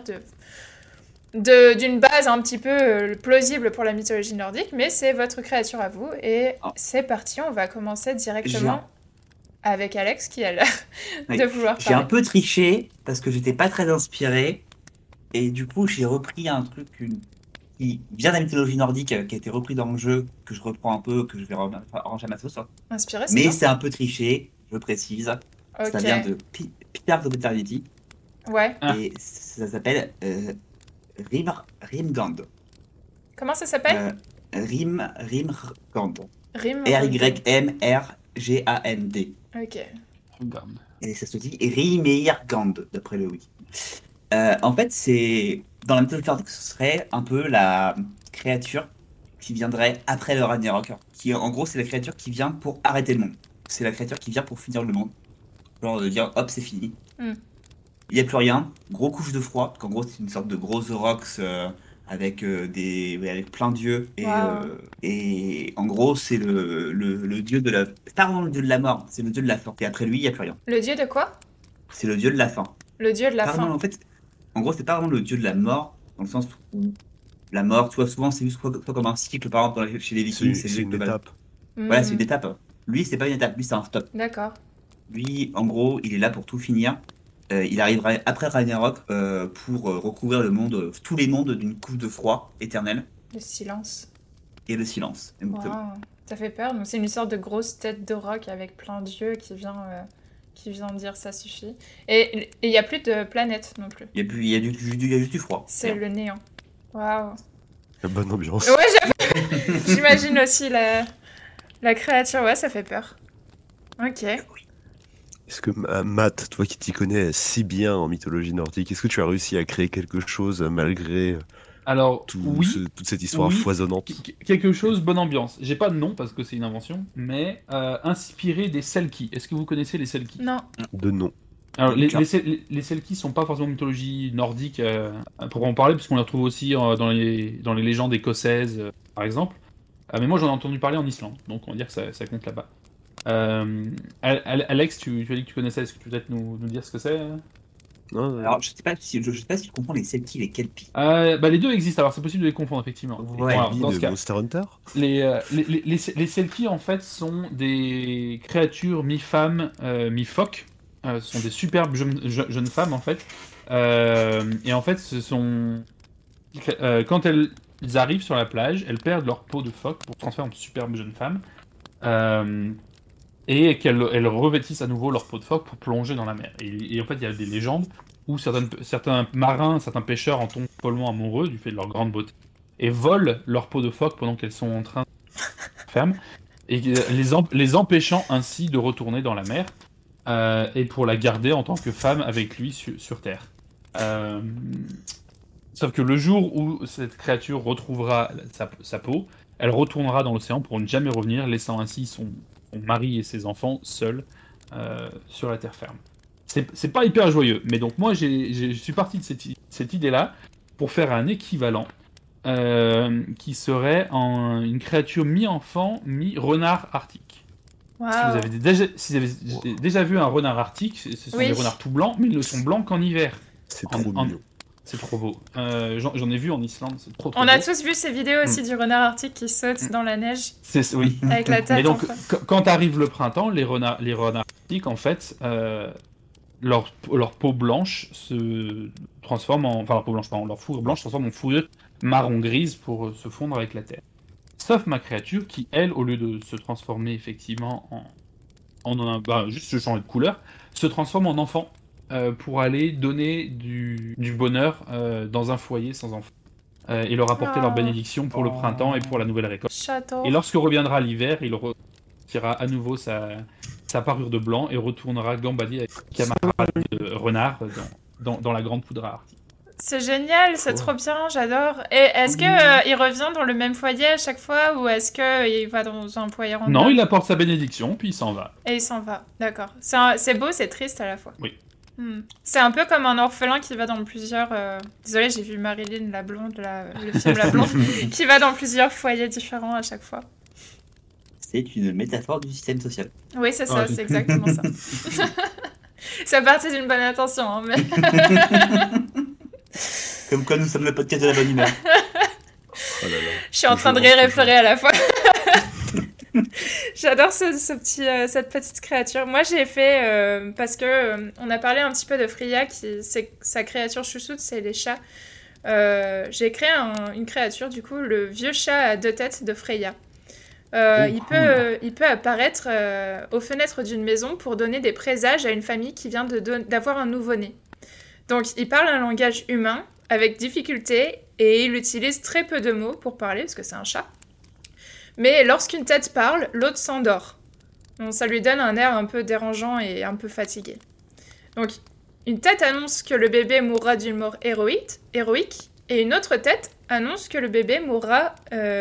d'une base un petit peu plausible pour la mythologie nordique, mais c'est votre créature à vous. Et c'est parti, on va commencer directement avec Alex qui a l'air de vouloir parler. J'ai un peu triché parce que j'étais pas très inspiré. Et du coup, j'ai repris un truc qui vient de la mythologie nordique, qui a été repris dans le jeu, que je reprends un peu, que je vais ranger à ma sauce. Inspiré, mais c'est un peu triché, je précise. Okay. Ça vient de Peter of Eternity. Ouais. Et ça s'appelle Rimgand. Comment ça s'appelle? Rimgand. Rimgand. R-Y-M-R G-A-N-D. Ok. Regarde. Et ça se dit Rimeirgand, d'après le wiki. En fait, c'est dans la mythologie nordique, ce serait un peu la créature qui viendrait après le Ragnarok. Qui, en gros, c'est la créature qui vient pour arrêter le monde. C'est la créature qui vient pour finir le monde. Genre de dire, hop, c'est fini. Mm. Il n'y a plus rien. Gros couche de froid. Parce qu'en gros, c'est une sorte de gros Orox avec plein d'yeux. Et en gros, c'est le dieu de la... C'est pas vraiment le dieu de la mort, c'est le dieu de la fin. Et après lui, il n'y a plus rien. Le dieu de quoi? C'est le dieu de la fin. Le dieu de la Pas fin. vraiment, en fait, en gros, c'est pas vraiment le dieu de la mort, dans le sens où la mort, tu vois, souvent, c'est juste soit comme un cycle, par exemple, chez les Vikings, C'est le une global. étape. Voilà, c'est une étape. Lui, c'est pas une étape, lui, c'est un stop. D'accord. Lui, en gros, il est là pour tout finir. Il arrivera après Ragnarok pour recouvrir le monde, tous les mondes d'une couche de froid éternel Le silence. et le silence. Exactement. Wow. Ça fait peur. Donc c'est une sorte de grosse tête de roc avec plein d'yeux qui vient dire ça suffit. Et il n'y a plus de planète non plus. Il y a juste du froid. C'est le néant. Waouh. Bonne ambiance. Ouais, j'imagine aussi la créature. Ouais, ça fait peur. Ok. Est-ce que Matt, toi qui t'y connais si bien en mythologie nordique, est-ce que tu as réussi à créer quelque chose malgré Alors, oui. toute cette histoire Oui. foisonnante? Quelque chose, bonne ambiance. J'ai pas de nom parce que c'est une invention, mais inspiré des Selkie. Est-ce que vous connaissez les Selkie? Non. De nom. Alors, les Selkie sont pas forcément mythologie nordique pour en parler, parce qu'on les retrouve aussi dans les légendes écossaises, par exemple. Mais moi, j'en ai entendu parler en Islande, donc on va dire que ça compte là-bas. Alex, tu as dit que tu connaissais, est-ce que tu peux peut-être nous dire ce que c'est? Non, Alors, je sais pas si tu comprends les Celtiques et les Kelpies. Les deux existent, alors c'est possible de les confondre, effectivement. Ouais, Alors, dans de ce cas, Monster Hunter. les Selkie, en fait, sont des créatures mi-femmes, mi-phoques. Ce sont des superbes jeunes femmes, en fait. Et en fait, ce sont... quand elles arrivent sur la plage, elles perdent leur peau de phoque pour se transformer en superbes jeunes femmes. Et qu'elles revêtissent à nouveau leur peau de phoque pour plonger dans la mer. Et en fait, il y a des légendes où certains marins, certains pêcheurs en tombent follement amoureux du fait de leur grande beauté et volent leur peau de phoque pendant qu'elles sont en train de ferme, et les empêchant ainsi de retourner dans la mer et pour la garder en tant que femme avec lui sur Terre. Sauf que le jour où cette créature retrouvera sa peau, elle retournera dans l'océan pour ne jamais revenir, laissant ainsi son mari et ses enfants seuls sur la terre ferme. C'est pas hyper joyeux, mais donc moi je suis parti de cette idée-là pour faire un équivalent qui serait une créature mi-enfant, mi-renard arctique. Wow. Si vous avez déjà vu un renard arctique, ce sont des renards tout blancs, mais ils ne sont blancs qu'en hiver. C'est trop mignon. C'est trop beau. J'en ai vu en Islande, c'est trop On beau. a tous vu ces vidéos aussi du renard arctique qui saute dans la neige Oui. avec la tête. Et donc, enfin. quand arrive le printemps, les renards arctiques, en fait, leur peau blanche se transforme leur peau blanche, pardon, leur fourrure blanche se transforme en fourrure marron-grise pour se fondre avec la terre. Sauf ma créature qui, elle, au lieu de se transformer effectivement juste se changer de couleur, se transforme en enfant. Pour aller donner du bonheur dans un foyer sans enfants et leur apporter leur bénédiction pour le printemps et pour la nouvelle récolte. Château. Et lorsque reviendra l'hiver, il retirera à nouveau sa parure de blanc et retournera gambader avec camarade de renard dans la grande poudre arctique. C'est génial, c'est trop bien, j'adore. Et est-ce que il revient dans le même foyer à chaque fois ou est-ce que il va dans un foyer random? Non, il apporte sa bénédiction puis il s'en va. Et il s'en va, d'accord. C'est beau, c'est triste à la fois. Oui. C'est un peu comme un orphelin qui va dans plusieurs... Désolée, j'ai vu Marilyn la blonde, le film La Blonde, qui va dans plusieurs foyers différents à chaque fois. C'est une métaphore du système social. Oui, c'est ça, c'est exactement ça. Ça partit d'une bonne intention, hein, mais... Comme quoi nous sommes le podcast de la bonne humeur. Oh là là. Je suis en train de rire et pleurer à la fois. J'adore cette petite créature. Moi, j'ai fait parce que on a parlé un petit peu de Freya, sa créature chouchoute, c'est les chats. J'ai créé une créature, du coup, le vieux chat à deux têtes de Freya. Il peut apparaître aux fenêtres d'une maison pour donner des présages à une famille qui vient d'avoir un nouveau-né. Donc, il parle un langage humain avec difficulté et il utilise très peu de mots pour parler parce que c'est un chat. Mais lorsqu'une tête parle, l'autre s'endort. Donc ça lui donne un air un peu dérangeant et un peu fatigué. Donc une tête annonce que le bébé mourra d'une mort héroïque, et une autre tête annonce que le bébé mourra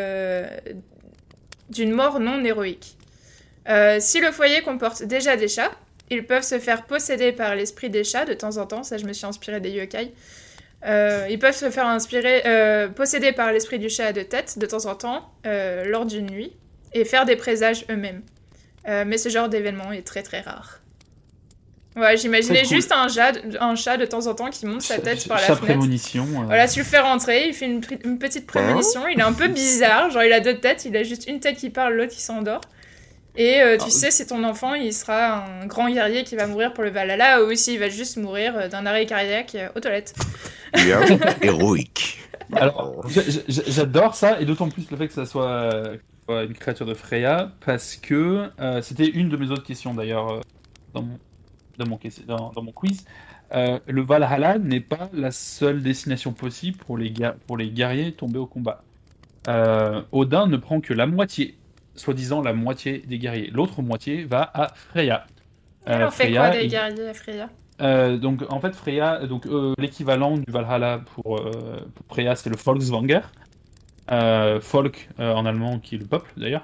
d'une mort non héroïque. Si le foyer comporte déjà des chats, ils peuvent se faire posséder par l'esprit des chats de temps en temps. Ça, je me suis inspirée des yokai. Ils peuvent se faire posséder par l'esprit du chat à deux têtes de temps en temps lors d'une nuit et faire des présages eux-mêmes. Mais ce genre d'événement est très très rare. Ouais, j'imaginais juste un chat de temps en temps qui monte sa tête par la fenêtre. Prémonition. Voilà, tu le fais rentrer, il fait une petite prémonition. Il est un peu bizarre, genre il a deux têtes, il a juste une tête qui parle, l'autre qui s'endort. Et tu sais, si ton enfant, il sera un grand guerrier qui va mourir pour le Valhalla, ou s'il va juste mourir d'un arrêt cardiaque aux toilettes. Bien, héroïque. Alors, j'adore ça, et d'autant plus le fait que ça soit une créature de Freya, parce que c'était une de mes autres questions d'ailleurs dans mon quiz. Le Valhalla n'est pas la seule destination possible pour les guerriers tombés au combat. Odin ne prend que la moitié, soi-disant la moitié des guerriers. L'autre moitié va à Freya. Elle en fait quoi des guerriers à Freya? Donc en fait Freya, l'équivalent du Valhalla pour Freya, c'est le Volkswanger. Volk en allemand, qui est le peuple d'ailleurs.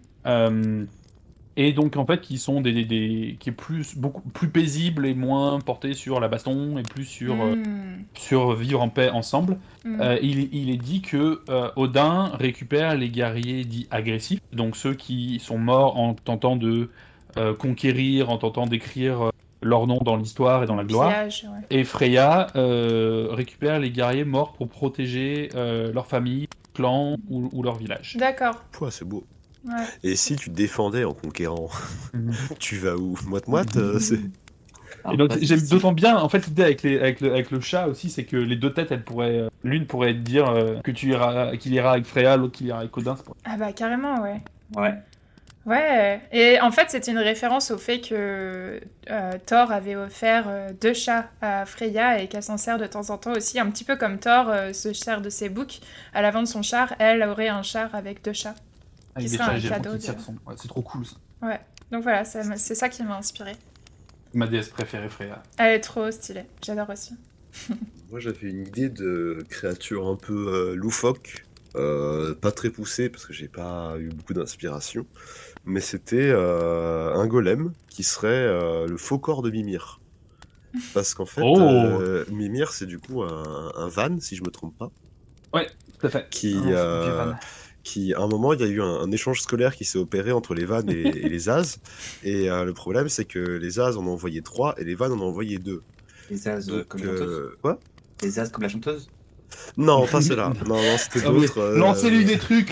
Et donc en fait qui sont qui est beaucoup plus paisible et moins porté sur la baston et plus sur vivre en paix ensemble. Il est dit que Odin récupère les guerriers dits agressifs, donc ceux qui sont morts en tentant de conquérir, en tentant d'écrire leur nom dans l'histoire et dans la gloire. Pillage, ouais. Et Freya récupère les guerriers morts pour protéger leur famille, clan ou leur village. D'accord. Pouah, c'est beau. Ouais. Et si tu te défendais en conquérant, tu vas où? Moite-moite Et donc j'aime d'autant bien, en fait, l'idée avec le chat aussi, c'est que les deux têtes, l'une pourrait dire qu'il ira avec Freya, l'autre qu'il ira avec Odin. Ah bah carrément, ouais. Ouais. Ouais, et en fait c'était une référence au fait que Thor avait offert 2 chats à Freya et qu'elle s'en sert de temps en temps aussi, un petit peu comme Thor se sert de ses boucs. À l'avant de son char, elle aurait un char avec 2 chats. Qui serait un cadeau. Ouais, c'est trop cool ça. Ouais, donc voilà, c'est ça qui m'a inspiré. Ma déesse préférée, Freya. Elle est trop stylée, j'adore aussi. Moi j'avais une idée de créature un peu loufoque, pas très poussée parce que j'ai pas eu beaucoup d'inspiration, mais c'était un golem qui serait le faux corps de Mimir. Parce qu'en fait, Mimir c'est du coup un van, si je me trompe pas. Ouais, tout à fait. Qui, à un moment, il y a eu un échange scolaire qui s'est opéré entre les vannes et les As. Et le problème, c'est que les As en ont envoyé 3 et les vannes en ont envoyé 2. Les As comme la chanteuse. Quoi? Les As comme la chanteuse? Non, pas ceux-là. Non, c'était d'autres. Lancez-lui des trucs,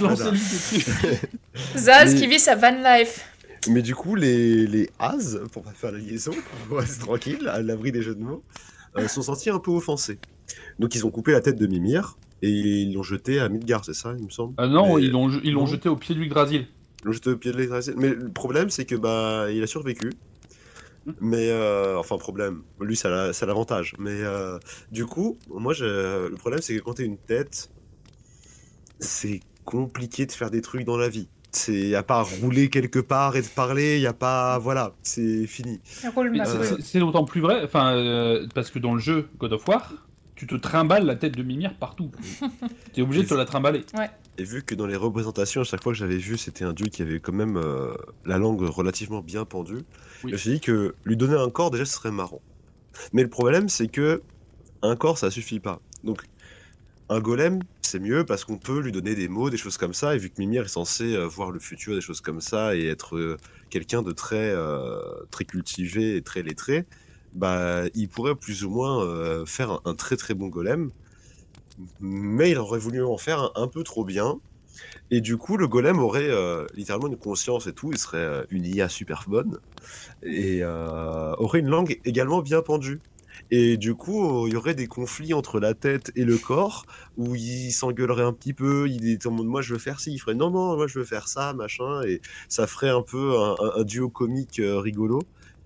Zaz qui vit sa van life. Mais du coup, les As, pour pas faire la liaison, pour rester tranquille, à l'abri des jeux de mots, sont sentis un peu offensés. Donc ils ont coupé la tête de Mimir. Et ils l'ont jeté à Midgard, c'est ça, il me semble? Non, ils l'ont jeté au pied du Yggdrasil. Ils l'ont jeté au pied de l'Yggdrasil. Mais le problème, c'est que il a survécu. Mais enfin, problème. Lui, ça a l'avantage. Mais du coup, moi, le problème, c'est que quand t'es une tête, c'est compliqué de faire des trucs dans la vie. Y a pas à rouler quelque part et de parler, y a pas, voilà, c'est fini. C'est d'autant plus vrai, parce que dans le jeu God of War, tu te trimbales la tête de Mimir partout. T'es obligé de te la trimballer. Ouais. Et vu que dans les représentations, à chaque fois que j'avais vu, c'était un dieu qui avait quand même la langue relativement bien pendue, je me suis dit que lui donner un corps, déjà, ce serait marrant. Mais le problème, c'est que un corps, ça suffit pas. Donc, un golem, c'est mieux parce qu'on peut lui donner des mots, des choses comme ça, et vu que Mimir est censé voir le futur, des choses comme ça, et être quelqu'un de très cultivé et très lettré, il pourrait plus ou moins faire un très très bon golem, mais il aurait voulu en faire un peu trop bien, et du coup le golem aurait littéralement une conscience et tout, il serait une IA super bonne, et aurait une langue également bien pendue. Et du coup, il y aurait des conflits entre la tête et le corps, où il s'engueulerait un petit peu, il est en mode « moi je veux faire ci », il ferait « non, moi je veux faire ça », machin, et ça ferait un peu un duo comique rigolo.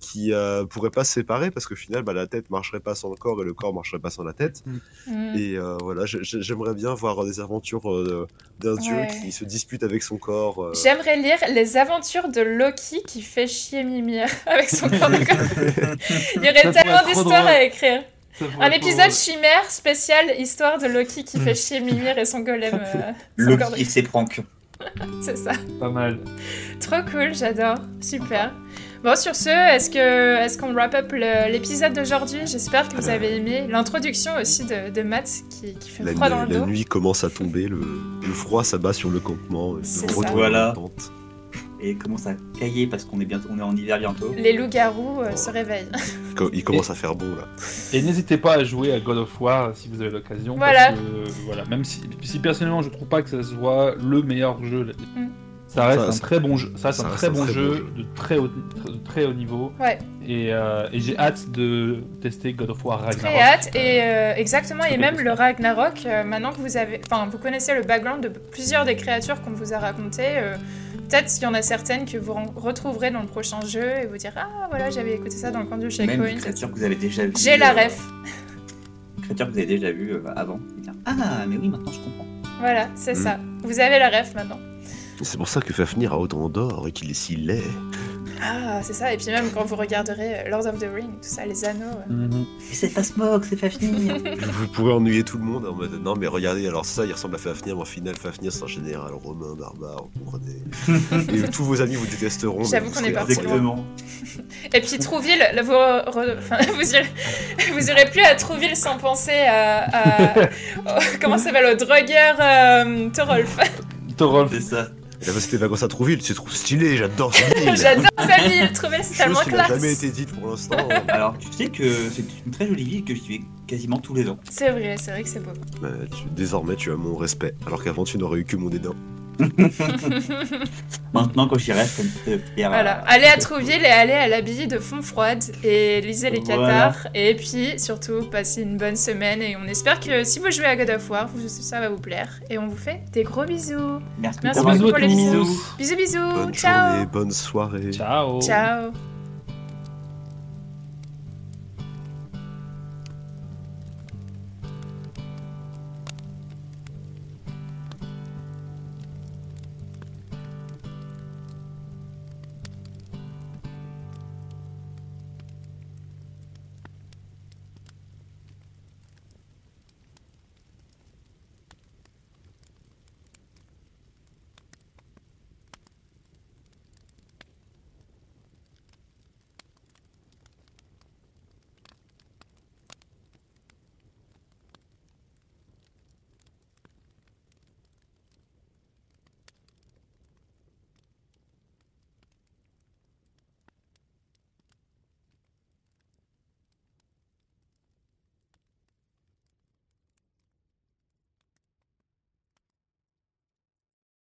qui pourrait pas se séparer parce qu'au final, la tête marcherait pas sans le corps et le corps marcherait pas sans la tête. Et voilà, j'aimerais bien voir des aventures d'un dieu qui se dispute avec son corps. J'aimerais lire les aventures de Loki qui fait chier Mimir avec son corps de golem. Il y aurait tellement d'histoires à écrire. Un épisode chimère spécial histoire de Loki qui fait chier Mimir et son golem. Loki et ses pranks. C'est ça. Pas mal. Trop cool, j'adore. Super. Bon, sur ce, est-ce qu'on wrap up l'épisode d'aujourd'hui? J'espère que vous avez aimé l'introduction aussi de Matt qui fait froid dans le dos. La nuit commence à tomber, le froid s'abat sur le campement. Voilà. Et commence à cailler parce qu'on est en hiver bientôt. Les loups-garous se réveillent. Il commence à faire bon là. Et n'hésitez pas à jouer à God of War si vous avez l'occasion. Voilà. Parce que, même si personnellement je trouve pas que ça soit le meilleur jeu. Ça reste un très bon jeu. Ça reste un très bon jeu de très haut niveau. Ouais. Et j'ai hâte de tester God of War Ragnarok. Très hâte. Et exactement. Et même le Ragnarok. Maintenant que vous connaissez le background de plusieurs des créatures qu'on vous a racontées. Peut-être qu'il y en a certaines que vous retrouverez dans le prochain jeu et vous dire ah voilà j'avais écouté ça dans le coin du checkpoint. Même des créatures que vous avez déjà vues. J'ai la ref. Créatures que vous avez déjà vues avant. Ah mais oui maintenant je comprends. Voilà c'est ça. Vous avez la ref maintenant. C'est pour ça que Fafnir a autant d'or et qu'il est si laid. Ah, c'est ça. Et puis même quand vous regarderez Lord of the Rings, tout ça, les anneaux. Et c'est pas Smoke, c'est Fafnir. Vous pourrez ennuyer tout le monde en mode non mais regardez, alors ça il ressemble à Fafnir, mais au final Fafnir c'est un général romain barbare, vous comprenez. Et tous vos amis vous détesteront. J'avoue qu'on est parti loin. Et puis Trouville, vous irez plus à Trouville sans penser à comment ça s'appelle, au drogueur Thorolf. C'est ça. La c'était vacances à Trouville, c'est trop stylé, j'adore cette ville. J'adore sa ville, Trouville, c'est tellement classe. Chose qui n'a jamais été dite pour l'instant. Alors, tu sais que c'est une très jolie ville que je vais quasiment tous les ans. C'est vrai que c'est beau. Désormais, tu as mon respect, alors qu'avant, tu n'aurais eu que mon dédain. Maintenant, quand j'y reste, comme Pierre. Voilà, allez à Trouville et allez à l'abbaye de Fontfroide et lisez les cathares. Et puis, surtout, passez une bonne semaine. Et on espère que si vous jouez à God of War, ça va vous plaire. Et on vous fait des gros bisous. Merci beaucoup pour les bisous. Bisous. Bisous. Bonne Ciao. journée, bonne soirée. Ciao. Ciao.